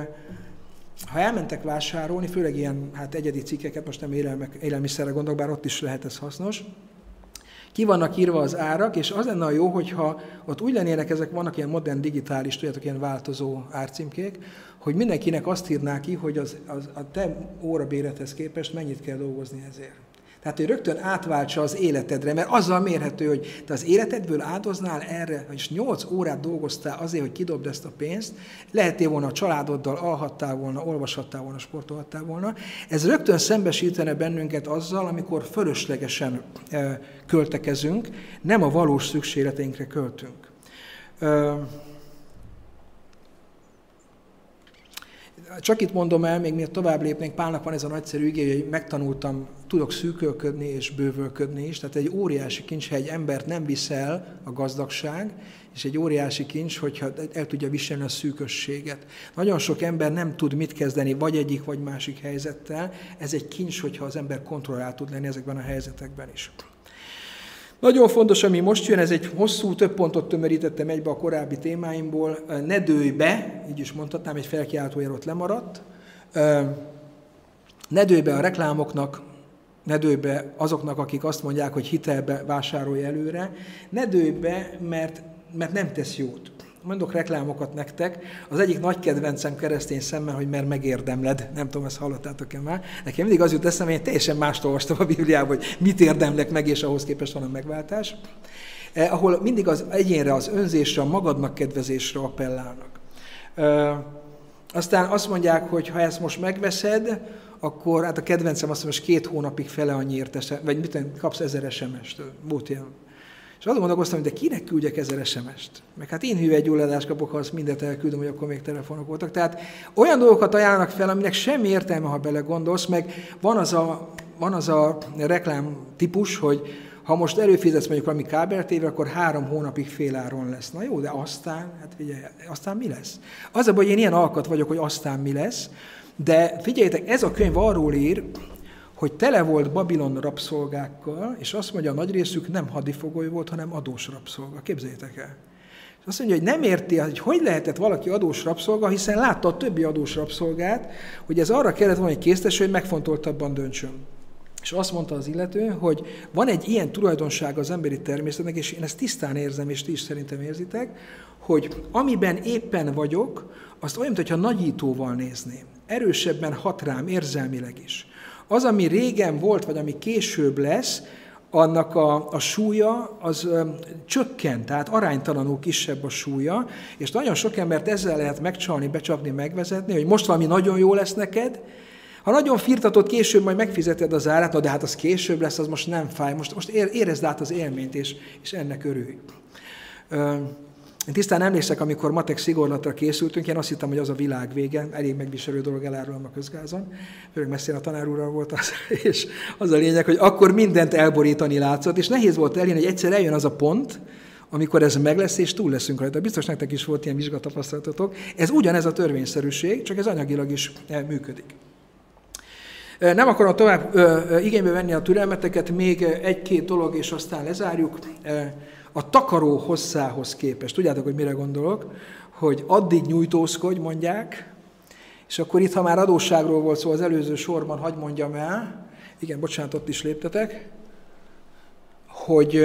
ha elmentek vásárolni, főleg ilyen hát egyedi cikkeket, most nem élelmek, élelmiszerre gondolok, bár ott is lehet ez hasznos, ki vannak írva az árak, és az lenne a jó, hogyha ott úgy lennének, ezek vannak ilyen modern digitális, tudjátok, ilyen változó árcímkék, hogy mindenkinek azt írná ki, hogy az, az, a te órabérethez képest mennyit kell dolgozni ezért. Tehát, hogy rögtön átváltsa az életedre, mert azzal mérhető, hogy te az életedből áldoznál erre, és nyolc órát dolgoztál azért, hogy kidobd ezt a pénzt, lehetél volna a családoddal, alhattál volna, olvashattál volna, sportolhattál volna. Ez rögtön szembesítene bennünket azzal, amikor fölöslegesen költekezünk, nem a valós szükségleteinkre költünk. Csak itt mondom el, még miért tovább lépnénk, Pálnak van ez a nagyszerű igéje, hogy megtanultam, tudok szűkölködni és bővölködni is, tehát egy óriási kincs, ha egy embert nem viszel a gazdagság, és egy óriási kincs, hogyha el tudja viselni a szűkösséget. Nagyon sok ember nem tud mit kezdeni, vagy egyik, vagy másik helyzettel, ez egy kincs, hogyha az ember kontrollál tud lenni ezekben a helyzetekben is. Nagyon fontos, ami most jön, ez egy hosszú, több pontot tömörítettem egybe a korábbi témáimból. Ne dőlj be, így is mondhatnám, egy felkiáltójel ott lemaradt. Ne dőlj be a reklámoknak, ne dőlj be azoknak, akik azt mondják, hogy hitelbe vásárolj előre. Ne dőlj be, mert, mert nem tesz jót. Mondok reklámokat nektek. Az egyik nagy kedvencem keresztény szemmel, hogy mert megérdemled. Nem tudom, ezt hallottátok-e már. Nekem mindig az jut eszembe, hogy én teljesen mást olvastam a Bibliában, hogy mit érdemlek meg, és ahhoz képest van a megváltás. Eh, ahol mindig az egyénre, az önzésre, a magadnak kedvezésre appellálnak. Eh, aztán azt mondják, hogy ha ezt most megveszed, akkor hát a kedvencem azt mondja, hogy két hónapig fele annyiért, vagy mit tudom, kapsz ezer es em est. Volt ilyen. És azon gondolkoztam, hogy de kinek küldjek ezer es em est? Meg hát én hüvelygyulladást kapok, ha azt mindent elküldöm, hogy akkor még telefonok voltak. Tehát olyan dolgokat ajánlanak fel, aminek semmi értelme, ha belegondolsz, meg van az a, van az a reklám típus, hogy ha most előfizetsz mondjuk valami kábeltévé, akkor három hónapig féláron lesz. Na jó, de aztán, hát figyelj, aztán mi lesz? Az a baj, hogy én ilyen alkat vagyok, hogy aztán mi lesz, de figyeljetek, ez a könyv arról ír, hogy tele volt Babilon rabszolgákkal, és azt mondja, a nagy részük nem hadifogoly volt, hanem adós rabszolga. Képzeljétek el. És azt mondja, hogy nem érti, hogy hogy lehetett valaki adós rabszolga, hiszen látta a többi adós rabszolgát, hogy ez arra kellett volna, hogy késztesse, hogy megfontoltabban döntsön. És azt mondta az illető, hogy van egy ilyen tulajdonsága az emberi természetnek, és én ezt tisztán érzem, és ti is szerintem érzitek, hogy amiben éppen vagyok, azt olyan, mintha nagyítóval nézném. Erősebben hat rám érzelmileg is. Az, ami régen volt, vagy ami később lesz, annak a, a súlya, az ö, csökkent, tehát aránytalanul kisebb a súlya, és nagyon sok embert ezzel lehet megcsalni, becsapni, megvezetni, hogy most valami nagyon jó lesz neked, ha nagyon firtatod, később majd megfizeted az árát, na de hát az később lesz, az most nem fáj, most, most érezd át az élményt, és, és ennek örülj. Ö, Én tisztán emlékszek, amikor matek szigorlatra készültünk, én azt hittem, hogy az a világ vége, elég megviselő dolog, elárulom a közgázon, főleg messzén a tanár úrral volt az, és az a lényeg, hogy akkor mindent elborítani látszott, és nehéz volt elérni, hogy egyszer eljön az a pont, amikor ez meg lesz, és túl leszünk rajta. Biztos nektek is volt ilyen vizsgatapasztalatotok. Ez ugyanez a törvényszerűség, csak ez anyagilag is működik. Nem akarom tovább igénybe venni a türelmeteket, még egy-két dolog, és aztán lezárjuk. A takaró hosszához képest. Tudjátok, hogy mire gondolok? Hogy addig nyújtózkodj, mondják, és akkor itt, ha már adósságról volt szó az előző sorban, hadd mondjam el, igen, bocsánat, ott is léptetek, hogy,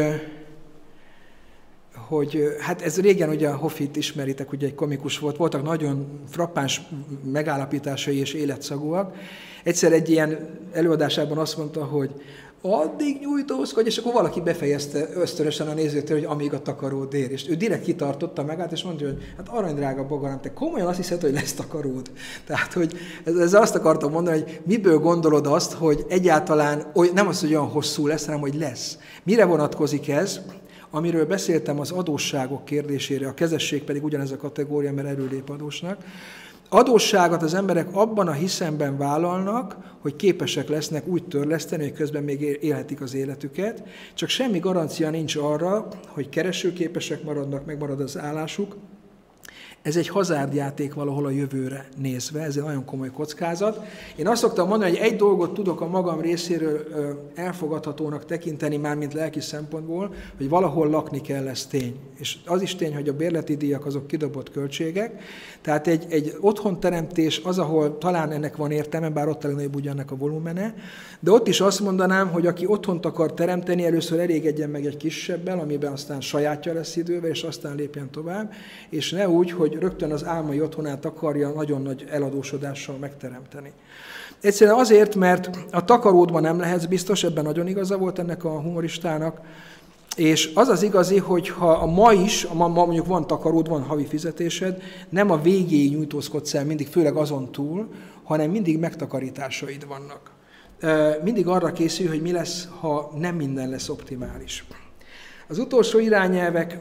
hogy hát ez régen ugye a Hoffit ismeritek, ugye egy komikus volt, voltak nagyon frappáns megállapításai és életszagúak. Egyszer egy ilyen előadásában azt mondta, hogy addig nyújtózkodj, és akkor valaki befejezte ösztönösen a nézőtől, hogy amíg a takaród ér. És ő direkt kitartotta magát, és mondja, hogy hát aranydrága bogaram, te komolyan azt hiszed, hogy lesz takaród. Tehát, hogy ezzel azt akartam mondani, hogy miből gondolod azt, hogy egyáltalán nem az, hogy olyan hosszú lesz, hanem hogy lesz. Mire vonatkozik ez? Amiről beszéltem, az adósságok kérdésére, a kezesség pedig ugyanez a kategória, mert erről lép adósnak. Adósságot az emberek abban a hiszemben vállalnak, hogy képesek lesznek úgy törleszteni, hogy közben még élhetik az életüket, csak semmi garancia nincs arra, hogy keresőképesek maradnak, megmarad az állásuk. Ez egy hazárdjáték valahol a jövőre nézve, ez egy nagyon komoly kockázat. Én azt szoktam mondani, hogy egy dolgot tudok a magam részéről elfogadhatónak tekinteni, már mint lelki szempontból, hogy valahol lakni kell, ez tény. És az is tény, hogy a bérleti díjak azok kidobott költségek. Tehát egy, egy otthonteremtés az, ahol talán ennek van értelme, bár ott a legnagyobb ugyannek a volumene, de ott is azt mondanám, hogy aki otthont akar teremteni, először elégedjen meg egy kisebbel, amiben aztán sajátja lesz idővel, és aztán lépjen tovább, és ne úgy, hogy hogy rögtön az álmai otthonát akarja nagyon nagy eladósodással megteremteni. Egyszerűen azért, mert a takaródban nem lehetsz biztos, ebben nagyon igaza volt ennek a humoristának, és az az igazi, hogy ha a ma is, a ma, ma mondjuk van takaród, van havi fizetésed, nem a végéig nyújtózkodsz el mindig, főleg azon túl, hanem mindig megtakarításaid vannak. Mindig arra készül, hogy mi lesz, ha nem minden lesz optimális. Az utolsó irányelvek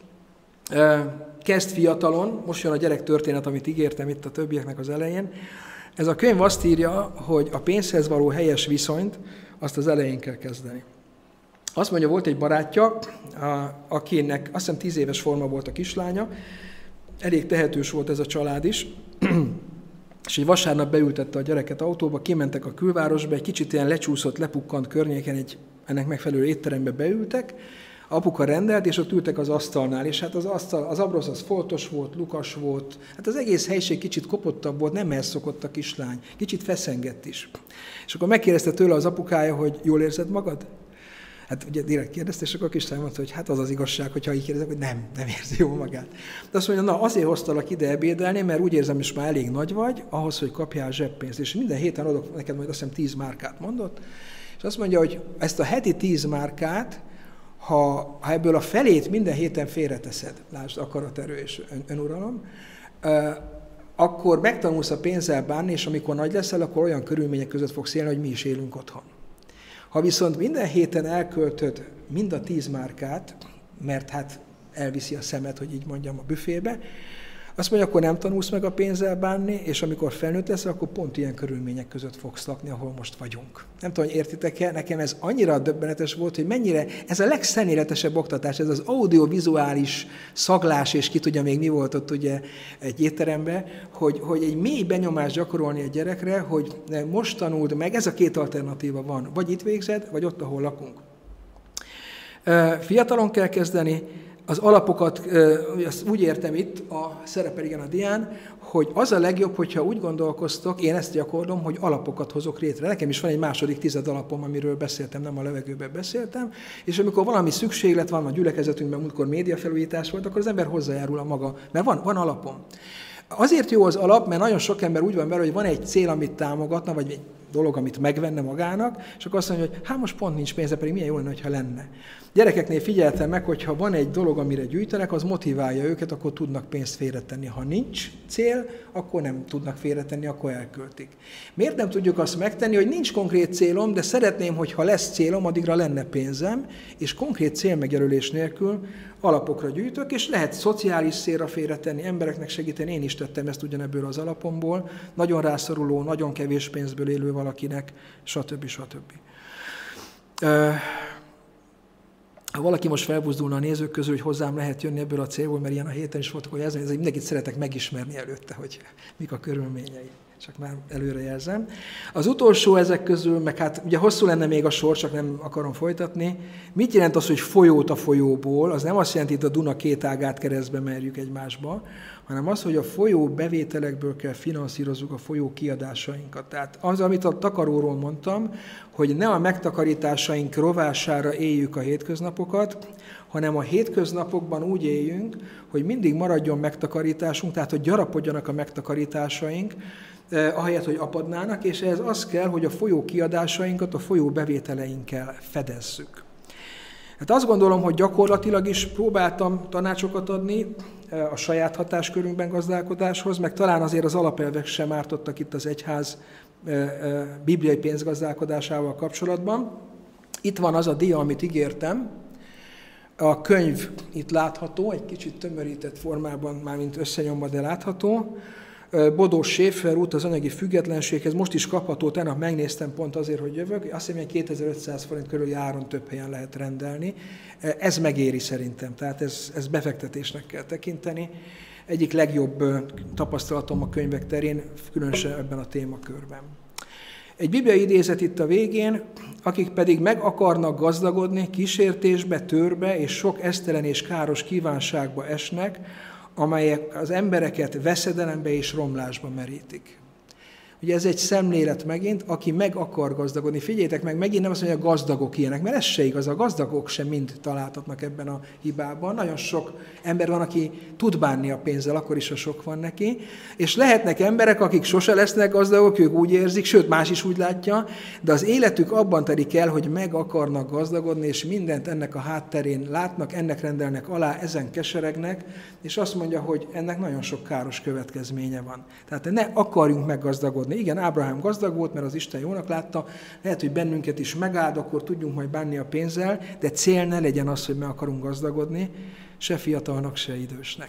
kezd fiatalon, most jön a gyerek történet, amit ígértem itt a többieknek az elején. Ez a könyv azt írja, hogy a pénzhez való helyes viszonyt azt az elején kell kezdeni. Azt mondja, volt egy barátja, akinek azt hiszem tíz éves forma volt a kislánya, elég tehetős volt ez a család is, és egy vasárnap beültette a gyereket autóba, kimentek a külvárosba, egy kicsit ilyen lecsúszott, lepukkant környéken, egy ennek megfelelő étterembe beültek, apuka rendelt, és ott ültek az asztalnál, és hát az, asztal, az abrosz az foltos volt, lukas volt, hát az egész helység kicsit kopottabb volt, nem ehhez szokott a kislány, kicsit feszengett is. És akkor megkérdezte tőle az apukája, hogy jól érzed magad? Hát ugye direkt kérdezte, és akkor a kislány mondta, hogy hát az az igazság, hogyha így kérdezek, hogy nem, nem érzi jól magát. De azt mondja, na azért hoztalak ide ebédelni, mert úgy érzem, hogy már elég nagy vagy, ahhoz, hogy kapjál zseppénzt. És minden héten adok neked majd azt hiszem tíz márkát mondott, és azt mondja, hogy ezt a heti tíz márkát, ha, ha ebből a felét minden héten félreteszed, lásd, akaraterő és ön, önuralom, akkor megtanulsz a pénzzel bánni, és amikor nagy leszel, akkor olyan körülmények között fogsz élni, hogy mi is élünk otthon. Ha viszont minden héten elköltöd mind a tíz márkát, mert hát elviszi a szemed, hogy így mondjam, a büfébe, azt mondja, akkor nem tanulsz meg a pénzzel bánni, és amikor felnőtt leszel, akkor pont ilyen körülmények között fogsz lakni, ahol most vagyunk. Nem tudom, hogy értitek-e, nekem ez annyira döbbenetes volt, hogy mennyire, ez a legszeméletesebb oktatás, ez az audiovizuális szaglás, és ki tudja még mi volt ott ugye egy étteremben, hogy, hogy egy mély benyomást gyakorolni a gyerekre, hogy most tanuld meg, ez a két alternatíva van, vagy itt végzed, vagy ott, ahol lakunk. Fiatalon kell kezdeni, az alapokat, azt úgy értem itt, a szerepel igen a dián, hogy az a legjobb, hogyha úgy gondolkoztok, én ezt gyakorlom, hogy alapokat hozok létre. Nekem is van egy második tized alapom, amiről beszéltem, nem a levegőben beszéltem, és amikor valami szükséglet van, a gyülekezetünkben múltkor médiafelújítás volt, akkor az ember hozzájárul a maga, mert van, van alapom. Azért jó az alap, mert nagyon sok ember úgy van vele, hogy van egy cél, amit támogatna, vagy egy dolog, amit megvenne magának, és akkor azt mondja, hogy hát most pont nincs pénze, pedig milyen jó lenne, ha lenne. Gyerekeknél figyeltem meg, hogy ha van egy dolog, amire gyűjtenek, az motiválja őket, akkor tudnak pénzt félretenni. Ha nincs cél, akkor nem tudnak félretenni, akkor elköltik. Miért nem tudjuk azt megtenni, hogy nincs konkrét célom, de szeretném, hogy ha lesz célom, addigra lenne pénzem, és konkrét célmegjelölés nélkül alapokra gyűjtök, és lehet szociális célra félretenni, embereknek segíteni. Én is tettem ezt ugyanebből az alapomból, nagyon rászoruló, nagyon kevés pénzből élő valakinek, stb. stb. Ha valaki most felbuzdulna a nézők közül, hogy hozzám lehet jönni ebből a célból, mert ilyen a héten is voltak, hogy ez, ez mindenkit szeretek megismerni előtte, hogy mik a körülményei. Csak már előre jelzem. Az utolsó ezek közül, meg hát ugye hosszú lenne még a sor, csak nem akarom folytatni. Mit jelent az, hogy folyót a folyóból? Az nem azt jelenti, hogy a Duna két ágát keresztbe merjük egymásba, hanem az, hogy a folyó bevételekből kell finanszírozzuk a folyó kiadásainkat. Tehát az, amit a takaróról mondtam, hogy ne a megtakarításaink rovására éljük a hétköznapokat, hanem a hétköznapokban úgy éljünk, hogy mindig maradjon megtakarításunk, tehát hogy gyarapodjanak a megtakarításaink, eh, ahelyett, hogy apadnának, és ehhez az kell, hogy a folyó kiadásainkat a folyó bevételeinkkel fedezzük. Hát azt gondolom, hogy gyakorlatilag is próbáltam tanácsokat adni a saját hatáskörünkben gazdálkodáshoz, meg talán azért az alapelvek sem ártottak itt az egyház bibliai pénzgazdálkodásával kapcsolatban. Itt van az a dia, amit ígértem. A könyv itt látható, egy kicsit tömörített formában, mármint összenyomva, de látható. Bodós Séfer út az anyagi függetlenséghez, most is kapható, tegnap megnéztem pont azért, hogy jövök, azt hiszem, hogy kétezer-ötszáz forint körüli áron több helyen lehet rendelni. Ez megéri szerintem, tehát ez, ez befektetésnek kell tekinteni. Egyik legjobb tapasztalatom a könyvek terén, különösen ebben a témakörben. Egy bibliai idézet itt a végén, akik pedig meg akarnak gazdagodni, kísértésbe, törbe és sok esztelen és káros kívánságba esnek, amelyek az embereket veszedelembe és romlásba merítik. Ugye ez egy szemlélet megint, aki meg akar gazdagodni. Figyeljétek meg, megint nem azt mondja, hogy a gazdagok ilyenek, mert ez se igaz, a gazdagok sem mind találtatnak ebben a hibában. Nagyon sok ember van, aki tud bánni a pénzzel, akkor is, ha sok van neki. És lehetnek emberek, akik sose lesznek gazdagok, ők úgy érzik, sőt más is úgy látja, de az életük abban telik el, hogy meg akarnak gazdagodni, és mindent ennek a hátterén látnak, ennek rendelnek alá, ezen keseregnek, és azt mondja, hogy ennek nagyon sok káros következménye van. Tehát ne akarjunk meggazdagodni. Igen, Ábrahám gazdag volt, mert az Isten jónak látta, lehet, hogy bennünket is megáld, akkor tudjunk majd bánni a pénzzel, de cél ne legyen az, hogy meg akarunk gazdagodni, se fiatalnak, se idősnek.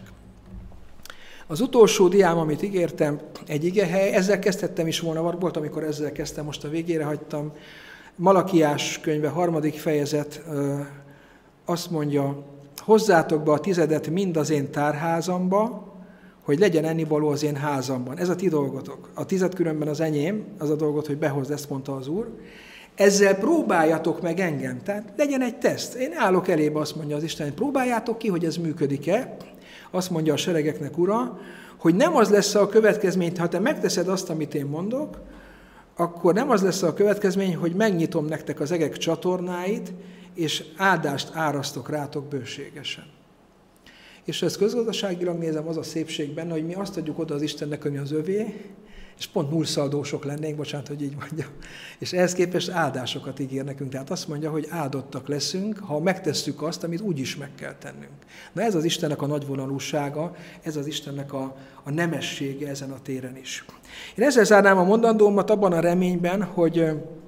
Az utolsó diám, amit ígértem, egy igehely, ezzel kezdhettem is volna, volt, amikor ezzel kezdtem, most a végére hagytam. Malakiás könyve, harmadik fejezet, azt mondja, hozzátok be a tizedet mind az én tárházamba, hogy legyen ennivaló az én házamban. Ez a ti dolgotok. A tized különben az enyém, az a dolgot, hogy behozd, ezt mondta az Úr. Ezzel próbáljatok meg engem. Tehát legyen egy teszt. Én állok elébe, azt mondja az Isten, hogy próbáljátok ki, hogy ez működik-e. Azt mondja a seregeknek Ura, hogy nem az lesz a következmény, ha te megteszed azt, amit én mondok, akkor nem az lesz a következmény, hogy megnyitom nektek az egek csatornáit, és áldást árasztok rátok bőségesen. És ha ezt közgazdaságilag nézem, az a szépség benne, hogy mi azt adjuk oda az Istennek, ami az övé, és pont nullszaldósok lennénk, bocsánat, hogy így mondjam. És ehhez képest áldásokat ígér nekünk. Tehát azt mondja, hogy áldottak leszünk, ha megtesszük azt, amit úgyis meg kell tennünk. Na ez az Istennek a nagyvonalúsága, ez az Istennek a, a nemessége ezen a téren is. Én ezzel zárnám a mondandómat abban a reményben, hogy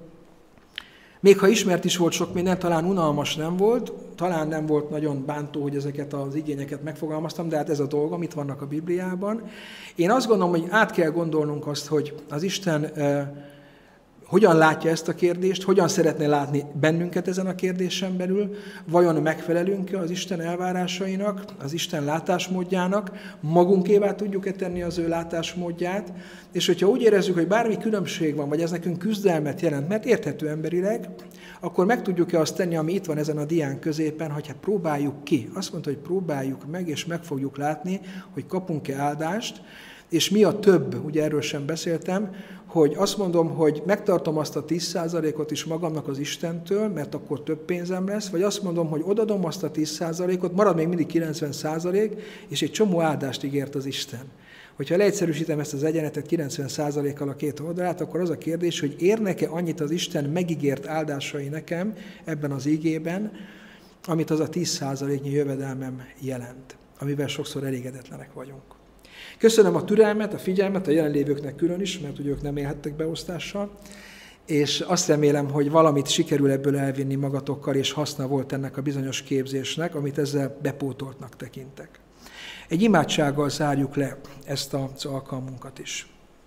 még ha ismert is volt sok minden, talán unalmas nem volt, talán nem volt nagyon bántó, hogy ezeket az igényeket megfogalmaztam, de hát ez a dolgom, itt vannak a Bibliában. Én azt gondolom, hogy át kell gondolnunk azt, hogy az Isten eh, hogyan látja ezt a kérdést, hogyan szeretne látni bennünket ezen a kérdésen belül, vajon megfelelünk-e az Isten elvárásainak, az Isten látásmódjának, magunkévá tudjuk-e tenni az ő látásmódját, és hogyha úgy érezzük, hogy bármi különbség van, vagy ez nekünk küzdelmet jelent, mert érthető emberileg, akkor meg tudjuk-e azt tenni, ami itt van ezen a dián középen, hogy hát próbáljuk ki. Azt mondta, hogy próbáljuk meg, és meg fogjuk látni, hogy kapunk-e áldást, és mi a több, ugye erről sem beszéltem, hogy azt mondom, hogy megtartom azt a tíz százalékot is magamnak az Istentől, mert akkor több pénzem lesz, vagy azt mondom, hogy odadom azt a tíz százalékot, marad még mindig kilencven százalék, és egy csomó áldást ígért az Isten. Hogyha leegyszerűsítem ezt az egyenletet kilencven százalékkal a két oldalát, akkor az a kérdés, hogy érnek-e annyit az Isten megígért áldásai nekem ebben az ígében, amit az a tíz százaléknyi jövedelmem jelent, amivel sokszor elégedetlenek vagyunk. Köszönöm a türelmet, a figyelmet a jelenlévőknek külön is, mert ugye ők nem élhettek beosztással, és azt remélem, hogy valamit sikerül ebből elvinni magatokkal, és haszna volt ennek a bizonyos képzésnek, amit ezzel bepótoltnak tekintek. Egy imádsággal zárjuk le ezt az alkalmunkat is.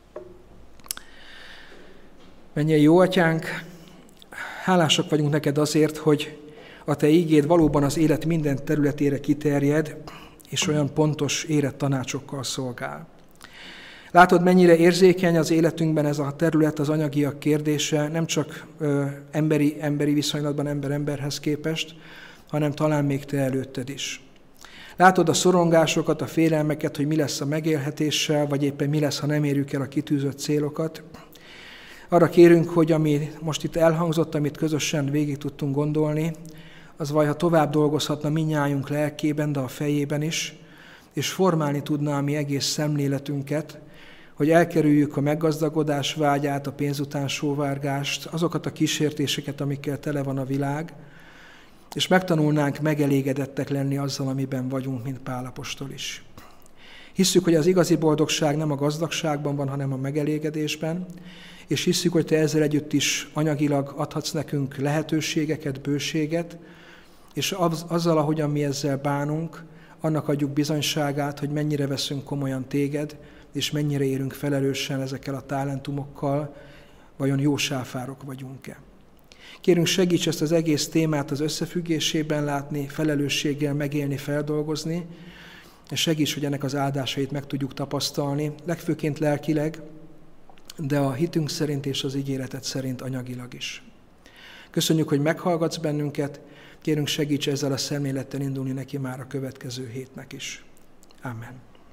Mennyei jó Atyánk, hálásak vagyunk neked azért, hogy a te ígéd valóban az élet minden területére kiterjed, és olyan pontos, érett tanácsokkal szolgál. Látod, mennyire érzékeny az életünkben ez a terület, az anyagiak kérdése, nem csak ö, emberi, emberi viszonylatban ember emberhez képest, hanem talán még te előtted is. Látod a szorongásokat, a félelmeket, hogy mi lesz a megélhetéssel, vagy éppen mi lesz, ha nem érjük el a kitűzött célokat. Arra kérünk, hogy ami most itt elhangzott, amit közösen végig tudtunk gondolni, az vaj, ha tovább dolgozhatna mindnyájunk lelkében, de a fejében is, és formálni tudná a mi egész szemléletünket, hogy elkerüljük a meggazdagodás vágyát, a pénz után sóvárgást, azokat a kísértéseket, amikkel tele van a világ, és megtanulnánk megelégedettek lenni azzal, amiben vagyunk, mint Pál apostol is. Hisszük, hogy az igazi boldogság nem a gazdagságban van, hanem a megelégedésben, és hisszük, hogy te ezzel együtt is anyagilag adhatsz nekünk lehetőségeket, bőséget, és az, azzal, ahogyan mi ezzel bánunk, annak adjuk bizonyságát, hogy mennyire veszünk komolyan téged, és mennyire érünk felelősen ezekkel a talentumokkal, vajon jó sáfárok vagyunk-e. Kérünk, segíts ezt az egész témát az összefüggésében látni, felelősséggel megélni, feldolgozni, és segíts, hogy ennek az áldásait meg tudjuk tapasztalni, legfőként lelkileg, de a hitünk szerint és az ígéretet szerint anyagilag is. Köszönjük, hogy meghallgatsz bennünket, kérünk, segíts ezzel a szemlélettel indulni neki már a következő hétnek is. Amen.